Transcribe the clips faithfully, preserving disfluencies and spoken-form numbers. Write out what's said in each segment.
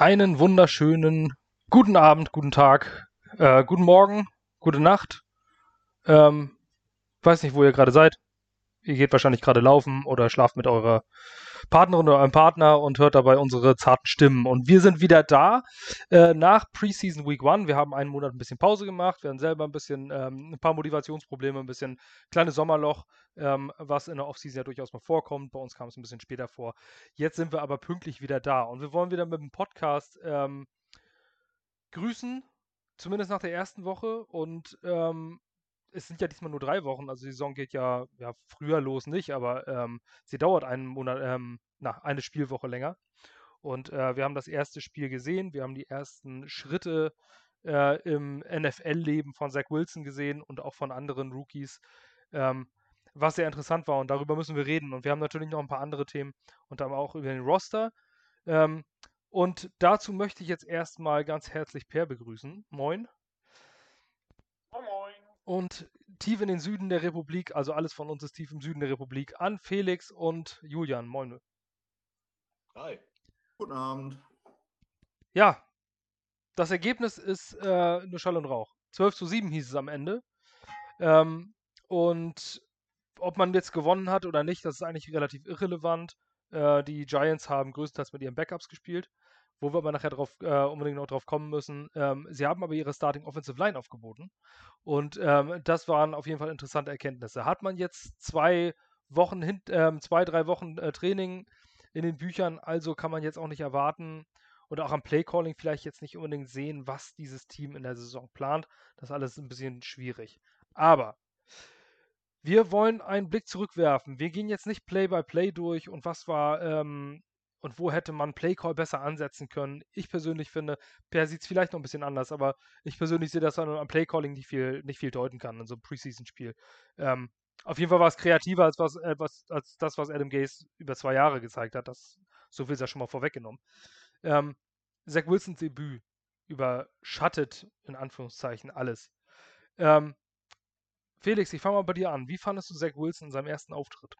Einen wunderschönen guten Abend, guten Tag, äh, guten Morgen, gute Nacht. Ähm, weiß nicht, wo ihr gerade seid. Ihr geht wahrscheinlich gerade laufen oder schlaft mit eurer Partnerin oder eurem Partner und hört dabei unsere zarten Stimmen. Und wir sind wieder da äh, nach Preseason Week One. Wir haben einen Monat ein bisschen Pause gemacht. Wir hatten selber ein bisschen ähm, ein paar Motivationsprobleme, ein bisschen kleines Sommerloch, ähm, was in der Offseason ja durchaus mal vorkommt. Bei uns kam es ein bisschen später vor. Jetzt sind wir aber pünktlich wieder da und wir wollen wieder mit dem Podcast ähm, grüßen, zumindest nach der ersten Woche. Und ähm, es sind ja diesmal nur drei Wochen, also die Saison geht ja, ja früher los nicht, aber ähm, sie dauert einen Monat, ähm, na, eine Spielwoche länger. Und äh, wir haben das erste Spiel gesehen, wir haben die ersten Schritte äh, im N F L-Leben von Zach Wilson gesehen und auch von anderen Rookies, ähm, was sehr interessant war und darüber müssen wir reden. Und wir haben natürlich noch ein paar andere Themen und dann auch über den Roster. Ähm, und dazu möchte ich jetzt erstmal ganz herzlich Per begrüßen. Moin. Moin Moin. Und tief in den Süden der Republik, also alles von uns ist tief im Süden der Republik, an Felix und Julian. Moin. Hi. Guten Abend. Ja, das Ergebnis ist äh, nur Schall und Rauch. zwölf zu sieben hieß es am Ende. Ähm, und ob man jetzt gewonnen hat oder nicht, das ist eigentlich relativ irrelevant. Äh, die Giants haben größtenteils mit ihren Backups gespielt, wo wir aber nachher drauf, äh, unbedingt noch drauf kommen müssen. Ähm, sie haben aber ihre Starting Offensive Line aufgeboten. Und ähm, das waren auf jeden Fall interessante Erkenntnisse. Hat man jetzt zwei Wochen, hin, ähm, zwei, drei Wochen äh, Training in den Büchern, also kann man jetzt auch nicht erwarten oder auch am Playcalling vielleicht jetzt nicht unbedingt sehen, was dieses Team in der Saison plant. Das ist alles ein bisschen schwierig. Aber wir wollen einen Blick zurückwerfen. Wir gehen jetzt nicht Play-by-Play durch und was war ähm, und wo hätte man Playcall besser ansetzen können. Ich persönlich finde, Per sieht es vielleicht noch ein bisschen anders, aber ich persönlich sehe, dass man am Playcalling nicht viel, nicht viel deuten kann in so einem Preseason-Spiel. Ähm, auf jeden Fall war es kreativer als, was, äh, was, als das, was Adam Gase über zwei Jahre gezeigt hat. Das, so viel ist ja schon mal vorweggenommen. Ähm, Zach Wilsons Debüt überschattet in Anführungszeichen alles. Ähm, Felix, ich fange mal bei dir an. Wie fandest du Zach Wilson in seinem ersten Auftritt?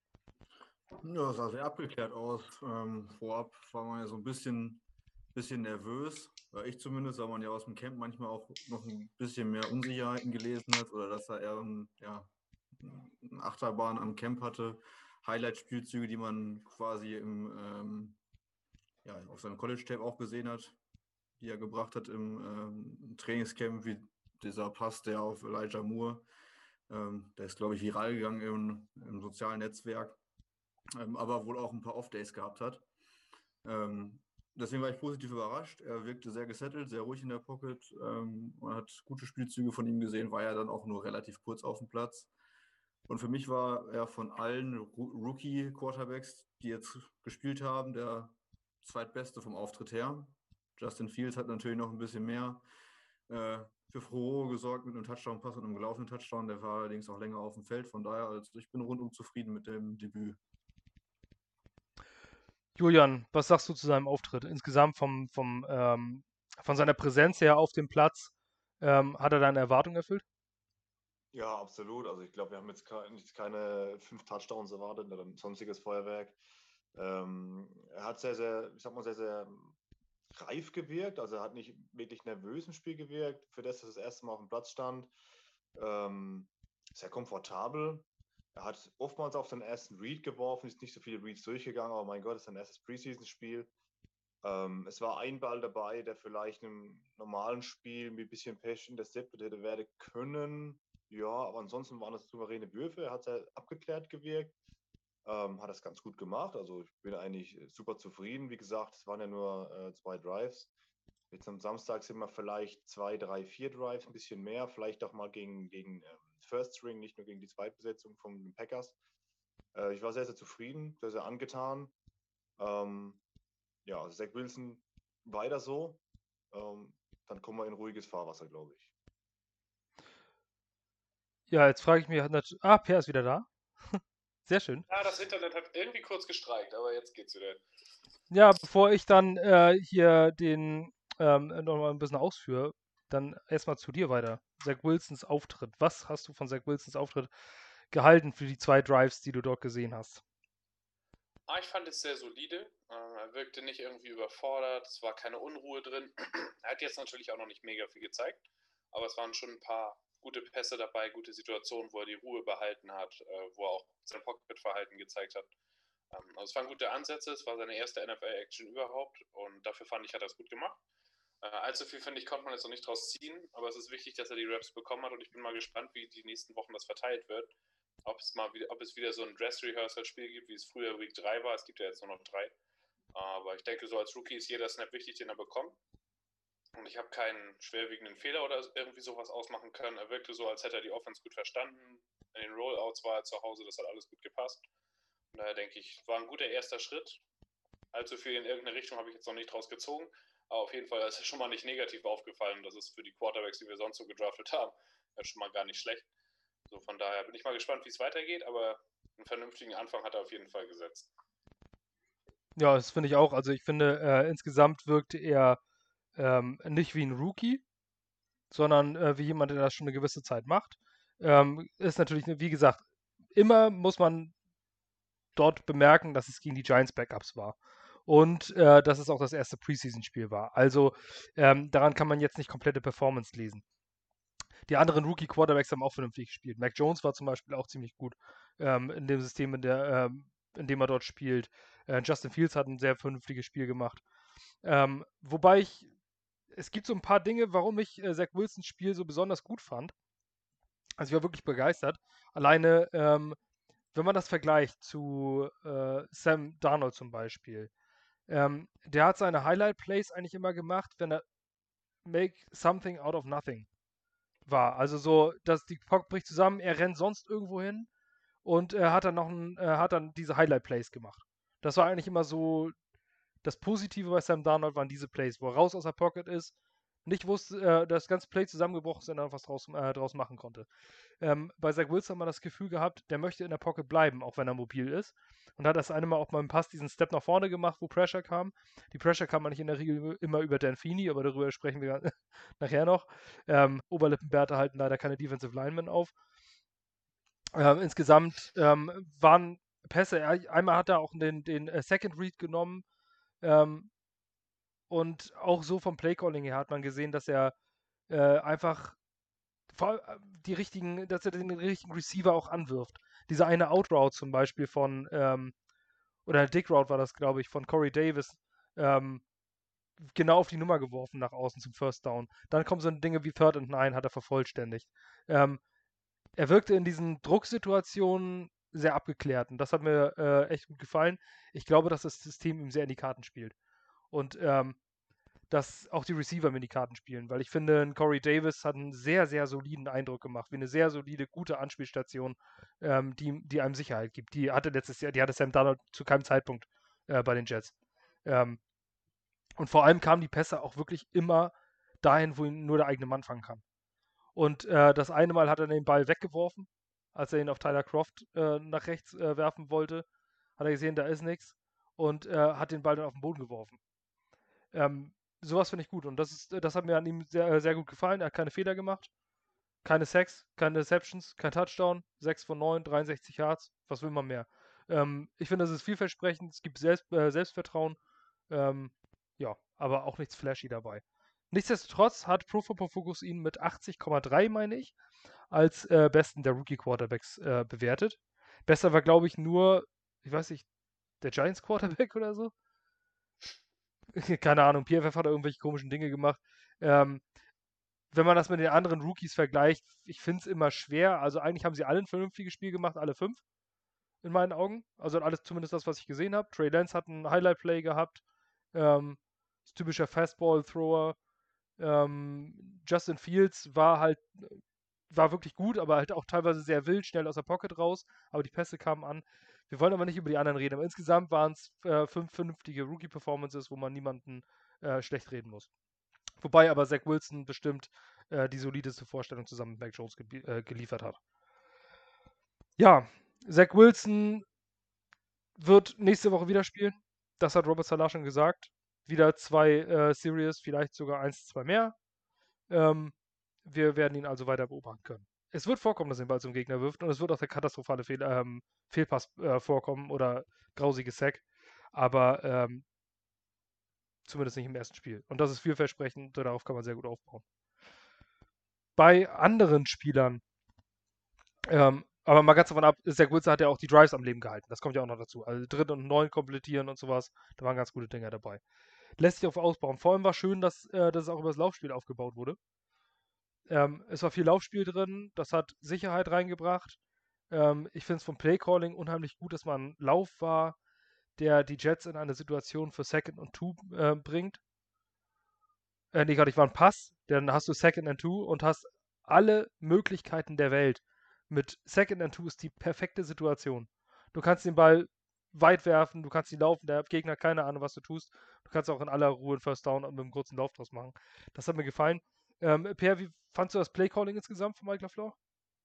Ja, das sah sehr abgeklärt aus. Ähm, vorab war man ja so ein bisschen, bisschen nervös. War ich zumindest, weil man ja aus dem Camp manchmal auch noch ein bisschen mehr Unsicherheiten gelesen hat oder dass er eher ein, ja, eine Achterbahn am Camp hatte. Highlight-Spielzüge, die man quasi im, ähm, ja, auf seinem College-Tape auch gesehen hat, die er gebracht hat im ähm, Trainingscamp, wie dieser Pass, der auf Elijah Moore, ähm, der ist, glaube ich, viral gegangen im, im sozialen Netzwerk. Ähm, aber wohl auch ein paar Off-Days gehabt hat. Ähm, deswegen war ich positiv überrascht. Er wirkte sehr gesettelt, sehr ruhig in der Pocket. Ähm, man hat gute Spielzüge von ihm gesehen, war ja dann auch nur relativ kurz auf dem Platz. Und für mich war er von allen Rookie-Quarterbacks, die jetzt gespielt haben, der zweitbeste vom Auftritt her. Justin Fields hat natürlich noch ein bisschen mehr äh, für Furore gesorgt mit einem Touchdown-Pass und einem gelaufenen Touchdown. Der war allerdings auch länger auf dem Feld. Von daher, also ich bin rundum zufrieden mit dem Debüt. Julian, was sagst du zu seinem Auftritt? Insgesamt vom, vom, ähm, von seiner Präsenz her auf dem Platz, ähm, hat er deine Erwartung erfüllt? Ja, absolut. Also ich glaube, wir haben jetzt ke nicht keine fünf Touchdowns erwartet oder ein sonstiges Feuerwerk. Ähm, er hat sehr, sehr, ich sag mal, sehr, sehr reif gewirkt. Also er hat nicht wirklich nervös im Spiel gewirkt, für das, dass er das erste Mal auf dem Platz stand. Ähm, sehr komfortabel. Er hat oftmals auf den ersten Read geworfen, ist nicht so viele Reads durchgegangen, aber mein Gott, das ist sein erstes Preseason-Spiel. Ähm, es war ein Ball dabei, der vielleicht im normalen Spiel mit ein bisschen Pech intercepted hätte werden können. Ja, aber ansonsten waren das souveräne Würfe. Er hat sehr abgeklärt gewirkt, ähm, hat das ganz gut gemacht. Also ich bin eigentlich super zufrieden. Wie gesagt, es waren ja nur äh, zwei Drives. Jetzt am Samstag sind wir vielleicht zwei, drei, vier Drives, ein bisschen mehr. Vielleicht auch mal gegen, gegen ähm, First String, nicht nur gegen die Zweitbesetzung von den Packers. Äh, ich war sehr, sehr zufrieden, sehr, sehr angetan. Ähm, ja, also Zach Wilson weiter so, ähm, dann kommen wir in ruhiges Fahrwasser, glaube ich. Ja, jetzt frage ich mich, hat nat- ah, Per ist wieder da. Sehr schön. Ja, das Internet hat irgendwie kurz gestreikt, aber jetzt geht's wieder. Ja, bevor ich dann äh, hier den ähm, nochmal ein bisschen ausführe, dann erstmal zu dir weiter. Zach Wilsons Auftritt. Was hast du von Zach Wilsons Auftritt gehalten für die zwei Drives, die du dort gesehen hast? Ah, ich fand es sehr solide. Ähm, er wirkte nicht irgendwie überfordert, es war keine Unruhe drin. Er hat jetzt natürlich auch noch nicht mega viel gezeigt, aber es waren schon ein paar gute Pässe dabei, gute Situationen, wo er die Ruhe behalten hat, äh, wo er auch sein Pocket-Verhalten gezeigt hat. Ähm, also es waren gute Ansätze, es war seine erste N F L-Action überhaupt und dafür fand ich, hat er es gut gemacht. Äh, allzu viel, finde ich, konnte man jetzt noch nicht draus ziehen, aber es ist wichtig, dass er die Raps bekommen hat und ich bin mal gespannt, wie die nächsten Wochen das verteilt wird. Ob es mal wieder, ob es wieder so ein Dress-Rehearsal-Spiel gibt, wie es früher Week drei war. Es gibt ja jetzt nur noch drei. Aber ich denke, so als Rookie ist jeder Snap wichtig, den er bekommt. Und ich habe keinen schwerwiegenden Fehler oder irgendwie sowas ausmachen können. Er wirkte so, als hätte er die Offense gut verstanden. In den Rollouts war er zu Hause, das hat alles gut gepasst. Und daher denke ich, war ein guter erster Schritt. Allzu viel in irgendeine Richtung habe ich jetzt noch nicht draus gezogen. Aber auf jeden Fall ist es schon mal nicht negativ aufgefallen. Das ist für die Quarterbacks, die wir sonst so gedraftet haben, schon mal gar nicht schlecht. So, von daher bin ich mal gespannt, wie es weitergeht, aber einen vernünftigen Anfang hat er auf jeden Fall gesetzt. Ja, das finde ich auch. Also ich finde, äh, insgesamt wirkte er ähm, nicht wie ein Rookie, sondern äh, wie jemand, der das schon eine gewisse Zeit macht. Ähm, ist natürlich, wie gesagt, immer muss man dort bemerken, dass es gegen die Giants Backups war. Und äh, dass es auch das erste Preseason-Spiel war. Also ähm, daran kann man jetzt nicht komplette Performance lesen. Die anderen Rookie-Quarterbacks haben auch vernünftig gespielt. Mac Jones war zum Beispiel auch ziemlich gut ähm, in dem System, in, der, ähm, in dem er dort spielt. Äh, Justin Fields hat ein sehr vernünftiges Spiel gemacht. Ähm, wobei ich, es gibt so ein paar Dinge, warum ich äh, Zach Wilsons Spiel so besonders gut fand. Also ich war wirklich begeistert. Alleine, ähm, wenn man das vergleicht zu äh, Sam Darnold zum Beispiel, ähm, der hat seine Highlight-Plays eigentlich immer gemacht, wenn er make something out of nothing war. Also so, dass die Pocket bricht zusammen, er rennt sonst irgendwo hin und er hat dann noch ein, äh, hat dann diese Highlight-Plays gemacht. Das war eigentlich immer so, das Positive bei Sam Darnold waren diese Plays, wo er raus aus der Pocket ist, nicht wusste, äh, das ganze Play zusammengebrochen ist und dann was draus, äh, draus machen konnte. Ähm, bei Zach Wilson hat man das Gefühl gehabt, der möchte in der Pocket bleiben, auch wenn er mobil ist. Und hat das eine Mal auch mal im Pass diesen Step nach vorne gemacht, wo Pressure kam. Die Pressure kam man nicht in der Regel immer über Dan Feeney, aber darüber sprechen wir nachher noch. Ähm, Oberlippenbärte halten leider keine Defensive Linemen auf. Ähm, insgesamt ähm, waren Pässe, einmal hat er auch den, den äh, Second Read genommen, ähm, und auch so vom Playcalling her hat man gesehen, dass er äh, einfach vor, die richtigen, dass er den richtigen Receiver auch anwirft. Diese eine Outroute zum Beispiel von, ähm, oder Dick Route war das, glaube ich, von Corey Davis, ähm, genau auf die Nummer geworfen nach außen zum First Down. Dann kommen so Dinge wie Third and Nine, hat er vervollständigt. Ähm, er wirkte in diesen Drucksituationen sehr abgeklärt und das hat mir äh, echt gut gefallen. Ich glaube, dass das System ihm sehr in die Karten spielt. Und ähm, dass auch die Receiver mir die Karten spielen, weil ich finde, Corey Davis hat einen sehr, sehr soliden Eindruck gemacht, wie eine sehr solide, gute Anspielstation, ähm, die, die einem Sicherheit gibt. Die hatte letztes Jahr, die hatte Sam Darnold zu keinem Zeitpunkt äh, bei den Jets. Ähm, und vor allem kamen die Pässe auch wirklich immer dahin, wo ihn nur der eigene Mann fangen kann. Und äh, das eine Mal hat er den Ball weggeworfen, als er ihn auf Tyler Croft äh, nach rechts äh, werfen wollte. Hat er gesehen, da ist nichts und äh, hat den Ball dann auf den Boden geworfen. Ähm, sowas finde ich gut und das, ist, das hat mir an ihm sehr, sehr gut gefallen. Er hat keine Fehler gemacht, keine Sacks, keine Deceptions, kein Touchdown, sechs von neun, dreiundsechzig Yards. Was will man mehr? Ähm, ich finde, das ist vielversprechend, es gibt Selbst, äh, Selbstvertrauen, ähm, ja, aber auch nichts flashy dabei. Nichtsdestotrotz hat Pro Football Focus ihn mit achtzig Komma drei, meine ich, als äh, besten der Rookie-Quarterbacks äh, bewertet. Besser war, glaube ich, nur, ich weiß nicht, der Giants-Quarterback oder so. Keine Ahnung, P F F hat da irgendwelche komischen Dinge gemacht. Ähm, wenn man das mit den anderen Rookies vergleicht, ich finde es immer schwer. Also eigentlich haben sie alle ein vernünftiges Spiel gemacht, alle fünf, in meinen Augen. Also alles zumindest das, was ich gesehen habe. Trey Lance hat ein Highlight-Play gehabt. Ähm, typischer Fastball-Thrower. Ähm, Justin Fields war halt, war wirklich gut, aber halt auch teilweise sehr wild, schnell aus der Pocket raus. Aber die Pässe kamen an. Wir wollen aber nicht über die anderen reden. Aber insgesamt waren es äh, fünf vernünftige Rookie-Performances, wo man niemanden äh, schlecht reden muss. Wobei aber Zach Wilson bestimmt äh, die solideste Vorstellung zusammen mit Mac Jones ge äh, geliefert hat. Ja, Zach Wilson wird nächste Woche wieder spielen. Das hat Robert Saleh schon gesagt. Wieder zwei äh, Series, vielleicht sogar eins, zwei mehr. Ähm, wir werden ihn also weiter beobachten können. es wird vorkommen, dass er den Ball zum Gegner wirft und es wird auch der katastrophale Fehl, ähm, Fehlpass äh, vorkommen oder grausige Sack. Aber ähm, zumindest nicht im ersten Spiel. Und das ist vielversprechend, darauf kann man sehr gut aufbauen. Bei anderen Spielern, ähm, aber mal ganz davon ab, Zach Wilson hat ja auch die Drives am Leben gehalten. Das kommt ja auch noch dazu. Also dritt und neun komplettieren und sowas, da waren ganz gute Dinger dabei. Lässt sich auf ausbauen. Vor allem war schön, dass, äh, dass es auch über das Laufspiel aufgebaut wurde. Ähm, es war viel Laufspiel drin, das hat Sicherheit reingebracht. Ähm, ich finde es vom Playcalling unheimlich gut, dass man Lauf war, der die Jets in eine Situation für Second und Two äh, bringt. Äh, nee, gerade ich war ein Pass, dann hast du Second and Two und hast alle Möglichkeiten der Welt. Mit Second and Two ist die perfekte Situation. Du kannst den Ball weit werfen, du kannst ihn laufen, der Gegner hat keine Ahnung, was du tust. Du kannst auch in aller Ruhe einen First Down und mit einem kurzen Lauf draus machen. Das hat mir gefallen. Ähm, Per, wie fandst du das Playcalling insgesamt von Mike LaFleur?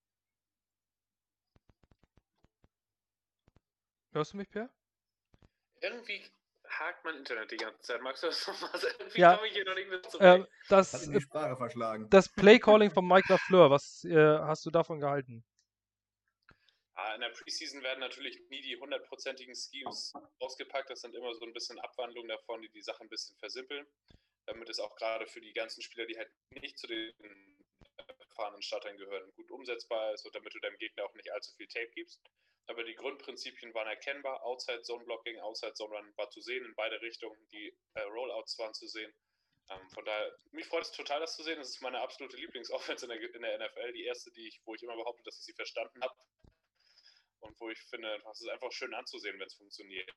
Hörst du mich, Per? Irgendwie hakt mein Internet die ganze Zeit. Magst du das nochmal sagen? Irgendwie Ja, komme ich hier noch nicht mit Äh, zurecht. Hat das, ihm die Sprache verschlagen. das Playcalling von Mike LaFleur, was äh, hast du davon gehalten? Ah, in der Preseason werden natürlich nie die hundertprozentigen Schemes ausgepackt. Das sind immer so ein bisschen Abwandlungen davon, die die Sache ein bisschen versimpeln. Damit es auch gerade für die ganzen Spieler, die halt nicht zu den erfahrenen Startern gehören, gut umsetzbar ist und damit du deinem Gegner auch nicht allzu viel Tape gibst. Aber die Grundprinzipien waren erkennbar. Outside Zone Blocking, Outside Zone Run war zu sehen in beide Richtungen. Die äh, Rollouts waren zu sehen. Ähm, von daher, mich freut es total, das zu sehen. Das ist meine absolute Lieblingsoffense in der, in der N F L. Die erste, die ich, wo ich immer behaupte, dass ich sie verstanden habe. Und wo ich finde, das ist einfach schön anzusehen, wenn es funktioniert.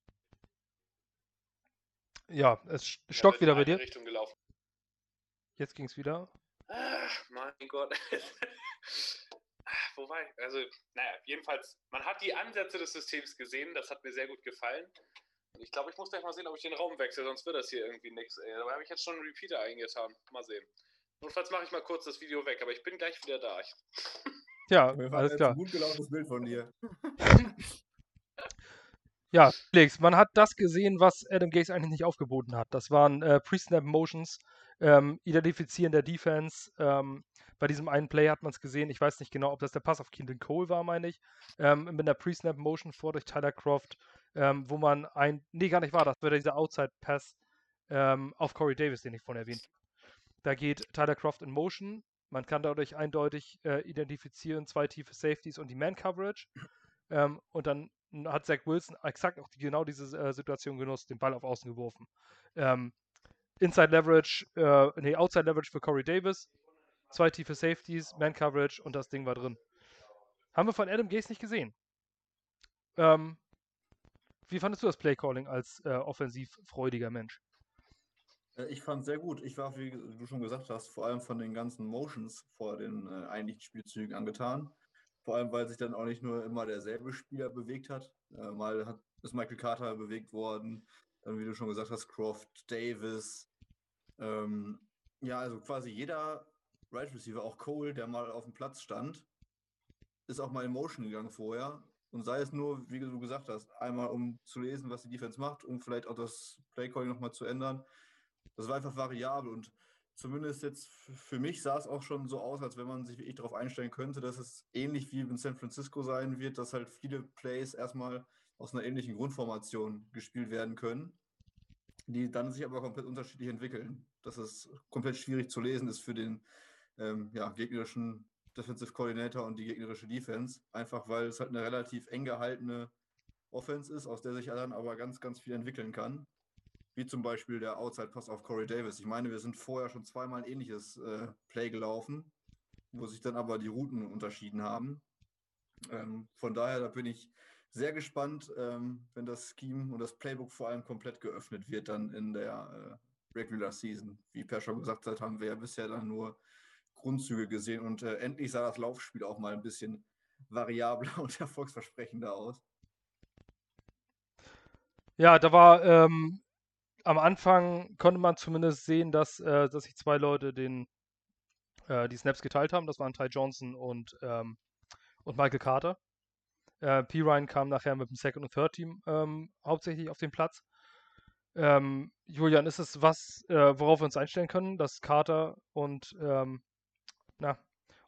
Ja, es st- Ja, stockt wird in wieder bei eine dir. Richtung gelaufen. Jetzt ging es wieder. Ach, mein Gott. Wobei, also, naja, jedenfalls, man hat die Ansätze des Systems gesehen, das hat mir sehr gut gefallen. Und ich glaube, ich muss gleich mal sehen, ob ich den Raum wechsle, sonst wird das hier irgendwie nichts. Dabei habe ich jetzt schon einen Repeater eingetan. Mal sehen. Notfalls mache ich mal kurz das Video weg, aber ich bin gleich wieder da. Ich Ja, Wir alles jetzt klar. ein gut gelaufenes Bild von dir. Ja, Felix, man hat das gesehen, was Adam Gase eigentlich nicht aufgeboten hat. Das waren äh, Pre-Snap Motions, ähm, Identifizieren der Defense. Ähm, bei diesem einen Play hat man es gesehen. Ich weiß nicht genau, ob das der Pass auf Keelan Cole war, meine ich. Ähm, mit einer Pre-Snap Motion vor durch Tyler Croft, ähm, wo man ein, nee, gar nicht war, das war dieser Outside Pass ähm, auf Corey Davis, den ich vorhin erwähnt habe. Da geht Tyler Croft in Motion. Man kann dadurch eindeutig äh, identifizieren, zwei tiefe Safeties und die Man-Coverage. Ähm, und dann hat Zach Wilson exakt auch die, genau diese äh, Situation genutzt, den Ball auf Außen geworfen. Ähm, Inside Leverage, äh, nee, Outside Leverage für Corey Davis, zwei tiefe Safeties, Man Coverage und das Ding war drin. Haben wir von Adam Gase nicht gesehen. Ähm, wie fandest du das Playcalling als äh, offensiv freudiger Mensch? Ich fand es sehr gut. Ich war, wie du schon gesagt hast, vor allem von den ganzen Motions vor den äh, eigentlichen Spielzügen angetan. Vor allem, weil sich dann auch nicht nur immer derselbe Spieler bewegt hat. Äh, mal hat, ist Michael Carter bewegt worden, dann, wie du schon gesagt hast, Croft, Davis. Ähm, ja, also quasi jeder Right Receiver, auch Cole, der mal auf dem Platz stand, ist auch mal in Motion gegangen vorher. Und sei es nur, wie du gesagt hast, einmal um zu lesen, was die Defense macht, um vielleicht auch das Playcalling nochmal zu ändern. Das war einfach variabel und zumindest jetzt für mich sah es auch schon so aus, als wenn man sich wirklich darauf einstellen könnte, dass es ähnlich wie in San Francisco sein wird, dass halt viele Plays erstmal aus einer ähnlichen Grundformation gespielt werden können, die dann sich aber komplett unterschiedlich entwickeln. Dass es komplett schwierig zu lesen ist für den ähm, ja, gegnerischen Defensive Coordinator und die gegnerische Defense, einfach weil es halt eine relativ eng gehaltene Offense ist, aus der sich dann aber ganz, ganz viel entwickeln kann. Wie zum Beispiel der Outside-Pass auf Corey Davis. Ich meine, wir sind vorher schon zweimal ein ähnliches äh, Play gelaufen, wo sich dann aber die Routen unterschieden haben. Ähm, von daher, da bin ich sehr gespannt, ähm, wenn das Scheme und das Playbook vor allem komplett geöffnet wird dann in der äh, Regular Season. Wie Per schon gesagt hat, haben wir ja bisher dann nur Grundzüge gesehen und äh, endlich sah das Laufspiel auch mal ein bisschen variabler und erfolgsversprechender aus. Ja, da war ähm, am Anfang konnte man zumindest sehen, dass, äh, dass sich zwei Leute den, äh, die Snaps geteilt haben. Das waren Ty Johnson und, ähm, und Michael Carter. Äh, P. Ryan kam nachher mit dem Second und Third Team ähm, hauptsächlich auf den Platz. Ähm, Julian, ist es was, äh, worauf wir uns einstellen können, dass Carter und, ähm, na,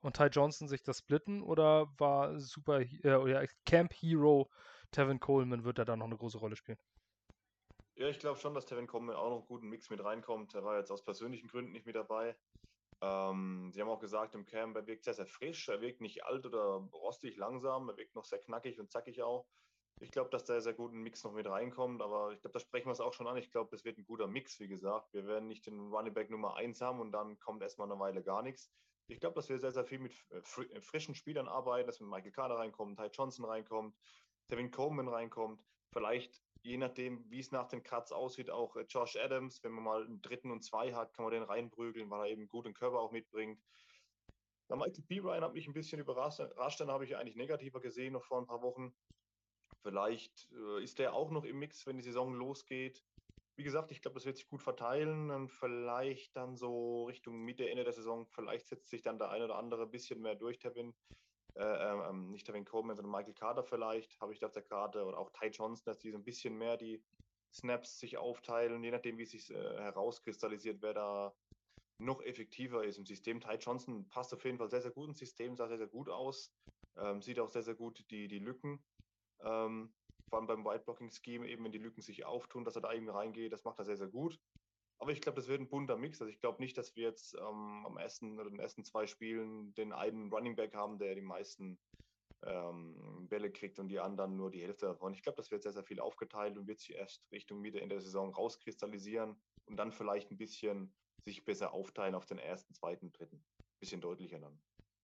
und Ty Johnson sich das splitten oder war Super äh, oder Camp Hero Tevin Coleman wird da dann noch eine große Rolle spielen? Ja, ich glaube schon, dass Tevin Coleman auch noch einen guten Mix mit reinkommt. Er war jetzt aus persönlichen Gründen nicht mit dabei. Ähm, sie haben auch gesagt, im Camp, er wirkt sehr, sehr frisch. Er wirkt nicht alt oder rostig langsam. Er wirkt noch sehr knackig und zackig auch. Ich glaube, dass da sehr gut ein Mix noch mit reinkommt. Aber ich glaube, da sprechen wir es auch schon an. Ich glaube, das wird ein guter Mix, wie gesagt. Wir werden nicht den Running Back Nummer eins haben und dann kommt erstmal eine Weile gar nichts. Ich glaube, dass wir sehr, sehr viel mit fr- frischen Spielern arbeiten, dass mit Michael Carter reinkommt, Ty Johnson reinkommt, Tevin Coleman reinkommt. Vielleicht, je nachdem, wie es nach den Cuts aussieht, auch äh, Josh Adams, wenn man mal einen dritten und zwei hat, kann man den reinprügeln, weil er eben guten Körper auch mitbringt. Der Michael P. Ryan hat mich ein bisschen überrascht. Dann habe ich eigentlich negativer gesehen noch vor ein paar Wochen. Vielleicht äh, ist der auch noch im Mix, wenn die Saison losgeht. Wie gesagt, ich glaube, das wird sich gut verteilen. Und vielleicht dann so Richtung Mitte, Ende der Saison, vielleicht setzt sich dann der eine oder andere ein bisschen mehr durch, Tevin. Äh, ähm, nicht Tevin Coleman, sondern Michael Carter vielleicht, habe ich da auf der Karte. Oder auch Ty Johnson, dass die so ein bisschen mehr die Snaps sich aufteilen, je nachdem, wie es sich äh, herauskristallisiert, wer da noch effektiver ist im System. Ty Johnson passt auf jeden Fall sehr, sehr gut ins System, sah sehr, sehr gut aus. Ähm, sieht auch sehr, sehr gut die, die Lücken. Ähm, vor allem beim White-Blocking-Scheme, eben wenn die Lücken sich auftun, dass er da eben reingeht, das macht er sehr, sehr gut. Aber ich glaube, das wird ein bunter Mix. Also ich glaube nicht, dass wir jetzt ähm, am ersten oder den ersten zwei Spielen den einen Running Back haben, der die meisten ähm, Bälle kriegt und die anderen nur die Hälfte davon. Ich glaube, das wird sehr, sehr viel aufgeteilt und wird sich erst Richtung Mitte in der Saison rauskristallisieren und dann vielleicht ein bisschen sich besser aufteilen auf den ersten, zweiten, dritten. Bisschen deutlicher dann.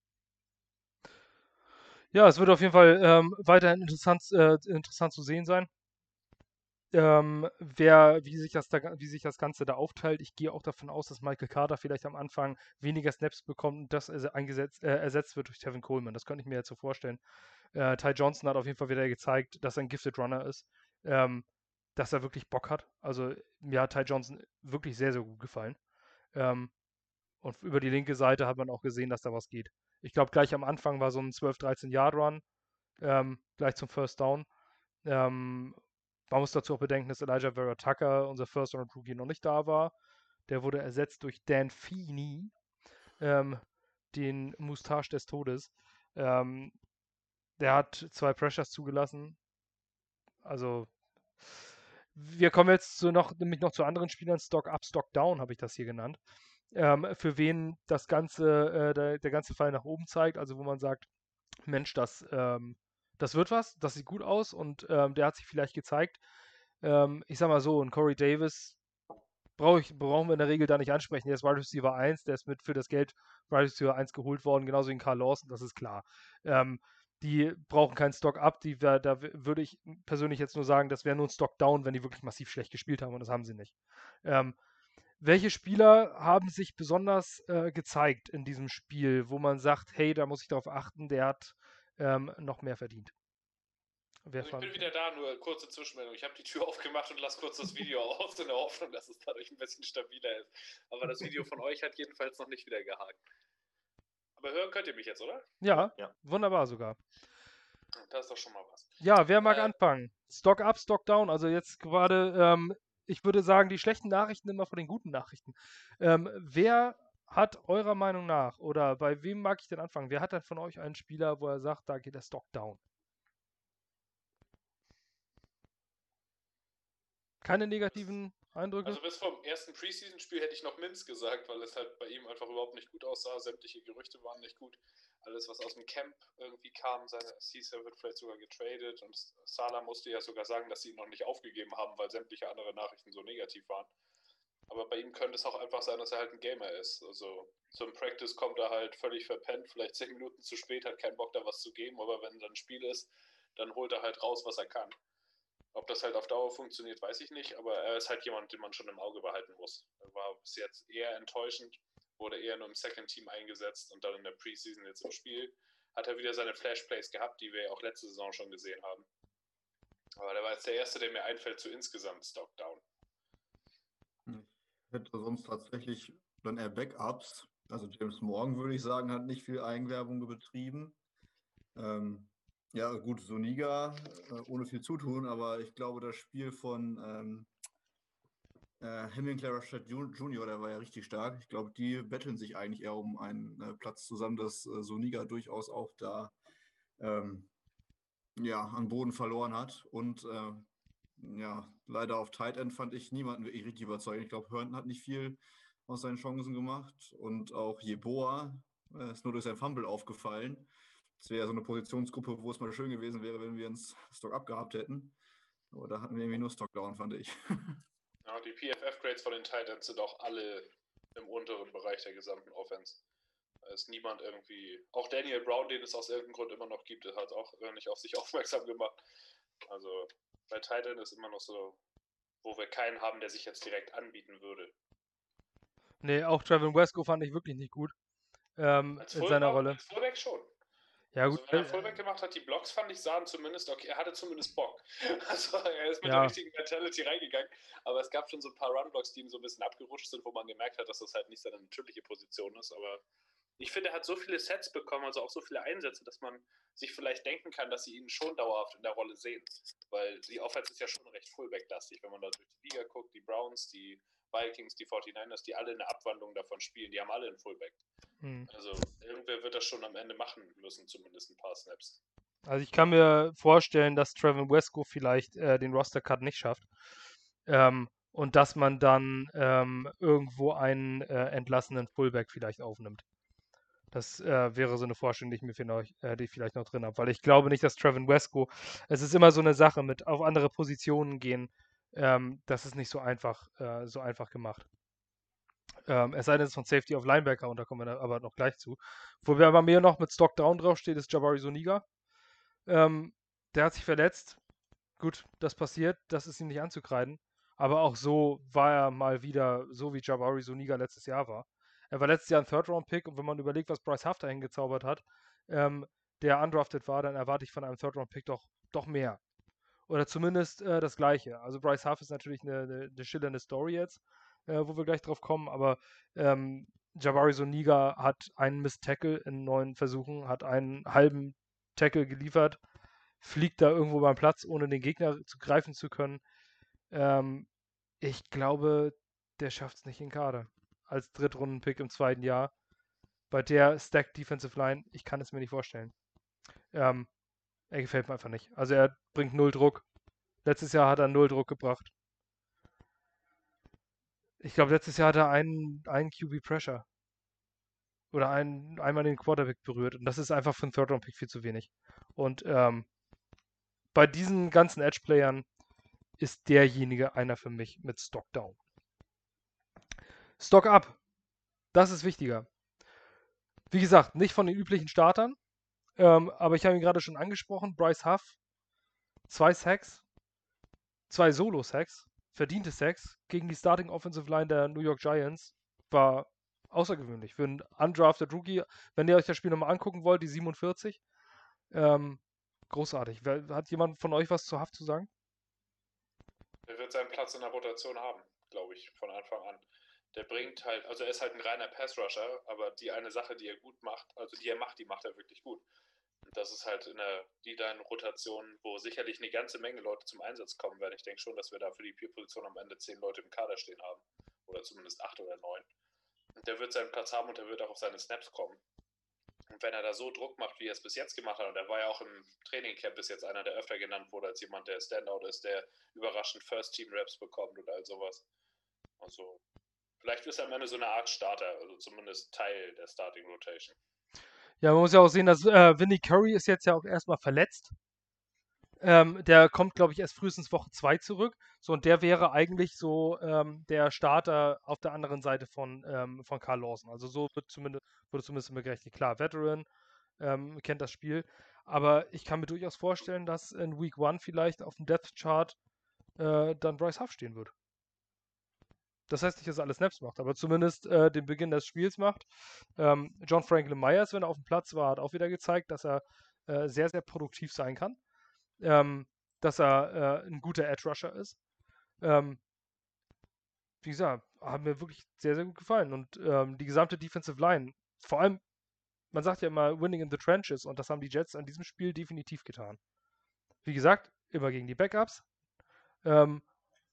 Ja, es wird auf jeden Fall ähm, weiterhin interessant, äh, interessant zu sehen sein, ähm, wer, wie sich, das da, wie sich das Ganze da aufteilt. Ich gehe auch davon aus, dass Michael Carter vielleicht am Anfang weniger Snaps bekommt und das äh, eingesetzt, äh, ersetzt wird durch Tevin Coleman. Das könnte ich mir jetzt so vorstellen. Äh, Ty Johnson hat auf jeden Fall wieder gezeigt, dass er ein Gifted Runner ist, ähm, dass er wirklich Bock hat. Also mir hat Ty Johnson wirklich sehr, sehr gut gefallen. Ähm, und über die linke Seite hat man auch gesehen, dass da was geht. Ich glaube, gleich am Anfang war so ein zwölf, dreizehn Yard Run, ähm, gleich zum First Down. Ähm, man muss dazu auch bedenken, dass Elijah Vera Tucker, unser First Round Rookie, noch nicht da war. Der wurde ersetzt durch Dan Feeney, ähm, den Moustache des Todes. Ähm, der hat zwei Pressures zugelassen. Also, wir kommen jetzt zu noch, nämlich noch zu anderen Spielern. Stock Up, Stock Down habe ich das hier genannt. Ähm, für wen das ganze, äh, der, der ganze Fall nach oben zeigt, also wo man sagt, Mensch, das, ähm, das wird was, das sieht gut aus und ähm, der hat sich vielleicht gezeigt. Ähm, ich sag mal so, und Corey Davis brauch ich, brauchen wir in der Regel da nicht ansprechen. Der ist Wide Receiver eins, der ist mit für das Geld Wide Receiver eins geholt worden, genauso wie in Carl Lawson, das ist klar. Ähm, die brauchen keinen Stock-Up, die wär, da würde ich persönlich jetzt nur sagen, das wäre nur ein Stock-Down, wenn die wirklich massiv schlecht gespielt haben und das haben sie nicht. Ähm, welche Spieler haben sich besonders äh, gezeigt in diesem Spiel, wo man sagt, hey, da muss ich darauf achten, der hat ähm, noch mehr verdient? Wer Also ich bin fand, wieder da, nur kurze Zwischenmeldung. Ich habe die Tür aufgemacht und lasse kurz das Video aus, in der Hoffnung, dass es dadurch ein bisschen stabiler ist. Aber das Video von euch hat jedenfalls noch nicht wieder gehakt. Aber hören könnt ihr mich jetzt, oder? ja, Ja. wunderbar sogar. Das ist doch schon mal was. Ja, wer mag Äh, anfangen? Stock up, Stock down. Also jetzt gerade, ähm, ich würde sagen, die schlechten Nachrichten immer vor den guten Nachrichten. Ähm, wer hat eurer Meinung nach, oder bei wem mag ich denn anfangen? Wer hat denn von euch einen Spieler, wo er sagt, da geht der Stock down? Keine negativen Eindrücke? Also bis vom ersten Preseason-Spiel hätte ich noch Minz gesagt, weil es halt bei ihm einfach überhaupt nicht gut aussah. Sämtliche Gerüchte waren nicht gut. Alles, was aus dem Camp irgendwie kam, seine, es hieß, er wird vielleicht sogar getradet. Und Salah musste ja sogar sagen, dass sie ihn noch nicht aufgegeben haben, weil sämtliche andere Nachrichten so negativ waren. Aber bei ihm könnte es auch einfach sein, dass er halt ein Gamer ist. Also zum Practice kommt er halt völlig verpennt, vielleicht zehn Minuten zu spät, hat keinen Bock da was zu geben. Aber wenn dann ein Spiel ist, dann holt er halt raus, was er kann. Ob das halt auf Dauer funktioniert, weiß ich nicht, aber er ist halt jemand, den man schon im Auge behalten muss. Er war bis jetzt eher enttäuschend, wurde eher nur im Second Team eingesetzt und dann in der Preseason jetzt im Spiel hat er wieder seine Flashplays gehabt, die wir ja auch letzte Saison schon gesehen haben. Aber der war jetzt der Erste, der mir einfällt zu insgesamt Stockdown. Ich hätte sonst tatsächlich dann eher Backups. Also James Morgan, würde ich sagen, hat nicht viel Eigenwerbung betrieben. Ähm, ja, gut, Soniga, äh, ohne viel Zutun, aber ich glaube, das Spiel von, ähm, Äh, Henry Claret Junior, der war ja richtig stark. Ich glaube, die betteln sich eigentlich eher um einen äh, Platz zusammen, dass äh, Zuniga durchaus auch da ähm, ja, an Boden verloren hat. Und äh, ja, leider auf Tight End fand ich niemanden wirklich richtig überzeugend. Ich glaube, Herndon hat nicht viel aus seinen Chancen gemacht. Und auch Jeboa äh, ist nur durch sein Fumble aufgefallen. Das wäre so eine Positionsgruppe, wo es mal schön gewesen wäre, wenn wir uns Stock abgehabt hätten. Aber da hatten wir irgendwie nur Stockdown, fand ich. Ja, die P F F-Grades von den Titans sind auch alle im unteren Bereich der gesamten Offense. Da ist niemand irgendwie. Auch Daniel Brown, den es aus irgendeinem Grund immer noch gibt, hat auch nicht auf sich aufmerksam gemacht. Also bei Titan ist immer noch so, wo wir keinen haben, der sich jetzt direkt anbieten würde. Nee, auch Trevin Wesco fand ich wirklich nicht gut. Ähm, Als in seiner Fullback, Rolle. als Fullback schon. Ja, gut. Also wenn er äh, Fullback gemacht hat, die Blocks fand ich, sahen zumindest, okay, er hatte zumindest Bock. Also er ist mit Ja. der richtigen Mentality reingegangen, aber es gab schon so ein paar Runblocks, die ihm so ein bisschen abgerutscht sind, wo man gemerkt hat, dass das halt nicht seine natürliche Position ist, aber ich finde, er hat so viele Sets bekommen, also auch so viele Einsätze, dass man sich vielleicht denken kann, dass sie ihn schon dauerhaft in der Rolle sehen, weil die Offense ist ja schon recht Fullback-lastig, wenn man da durch die Liga guckt, die Browns, die Vikings, die forty-niners, die alle eine Abwandlung davon spielen, die haben alle einen Fullback. Hm. Also irgendwer wird das schon am Ende machen müssen, zumindest ein paar Snaps. Also ich kann mir vorstellen, dass Trevin Wesco vielleicht äh, den Roster-Cut nicht schafft. Ähm, und dass man dann ähm, irgendwo einen äh, entlassenen Fullback vielleicht aufnimmt. Das äh, wäre so eine Vorstellung, die ich mir vielleicht, äh, die ich vielleicht noch drin habe. Weil ich glaube nicht, dass Trevin Wesco, es ist immer so eine Sache mit auf andere Positionen gehen, ähm, das ist nicht so einfach, äh, so einfach gemacht. Ähm, es sei denn, es ist von Safety auf Linebacker und da kommen wir dann aber noch gleich zu. Wo wir aber mir noch mit Stock Down draufsteht, ist Jabari Zuniga. Ähm, der hat sich verletzt. Gut, das passiert, das ist ihm nicht anzukreiden. Aber auch so war er mal wieder so, wie Jabari Zuniga letztes Jahr war. Er war letztes Jahr ein Third-Round-Pick und wenn man überlegt, was Bryce Huff dahin gezaubert hat, ähm, der undrafted war, dann erwarte ich von einem Third-Round-Pick doch, doch mehr. Oder zumindest äh, das Gleiche. Also Bryce Huff ist natürlich eine, eine, eine schillernde Story jetzt, äh, wo wir gleich drauf kommen, aber ähm, Jabari Zuniga hat einen Missed Tackle in neun Versuchen, hat einen halben Tackle geliefert, fliegt da irgendwo beim Platz, ohne den Gegner zu greifen zu können. Ähm, ich glaube, der schafft es nicht in Kader. Als Drittrunden-Pick im zweiten Jahr. Bei der Stacked Defensive Line, ich kann es mir nicht vorstellen. Ähm, er gefällt mir einfach nicht. Also er bringt null Druck. Letztes Jahr hat er null Druck gebracht. Ich glaube, letztes Jahr hat er einen, einen Q B Pressure. Oder einen, einmal den Quarterback berührt. Und das ist einfach für einen Third-Round-Pick viel zu wenig. Und ähm, bei diesen ganzen Edge-Playern ist derjenige einer für mich mit Stock Down. Stock Up. Das ist wichtiger. Wie gesagt, nicht von den üblichen Startern. Ähm, aber ich habe ihn gerade schon angesprochen. Bryce Huff. Zwei Sacks. Zwei Solo-Sacks. Verdiente Sacks gegen die Starting Offensive Line der New York Giants. War außergewöhnlich. Für einen undrafted Rookie. Wenn ihr euch das Spiel nochmal angucken wollt, die siebenundvierzig. Ähm, großartig. Wer, hat jemand von euch was zu Huff zu sagen? Er wird seinen Platz in der Rotation haben, glaube ich, von Anfang an. Der bringt halt, also er ist halt ein reiner Pass-Rusher, aber die eine Sache, die er gut macht, also die er macht, die macht er wirklich gut. Und das ist halt in der D-Line-Rotation, wo sicherlich eine ganze Menge Leute zum Einsatz kommen werden. Ich denke schon, dass wir da für die Peer-Position am Ende zehn Leute im Kader stehen haben. Oder zumindest acht oder neun. Und der wird seinen Platz haben und der wird auch auf seine Snaps kommen. Und wenn er da so Druck macht, wie er es bis jetzt gemacht hat, und er war ja auch im Trainingcamp bis jetzt einer, der öfter genannt wurde als jemand, der Standout ist, der überraschend First-Team-Raps bekommt und all sowas. Also, vielleicht ist er am Ende so eine Art Starter, also zumindest Teil der Starting-Rotation. Ja, man muss ja auch sehen, dass äh, Vinnie Curry ist jetzt ja auch erstmal verletzt. Ähm, der kommt, glaube ich, erst frühestens Woche zwei zurück. So, und der wäre eigentlich so ähm, der Starter auf der anderen Seite von, ähm, von Carl Lawson. Also so wird zumindest, wurde zumindest immer gerechnet. Klar, Veteran, ähm, kennt das Spiel. Aber ich kann mir durchaus vorstellen, dass in Week One vielleicht auf dem Depth Chart äh, dann Bryce Huff stehen wird. Das heißt nicht, dass er alle Snaps macht, aber zumindest äh, den Beginn des Spiels macht. Ähm, John Franklin Myers, wenn er auf dem Platz war, hat auch wieder gezeigt, dass er äh, sehr, sehr produktiv sein kann. Ähm, dass er äh, ein guter Edge-Rusher ist. Ähm, wie gesagt, haben mir wirklich sehr, sehr gut gefallen. Und ähm, die gesamte Defensive Line, vor allem, man sagt ja immer winning in the trenches und das haben die Jets an diesem Spiel definitiv getan. Wie gesagt, immer gegen die Backups. Ähm,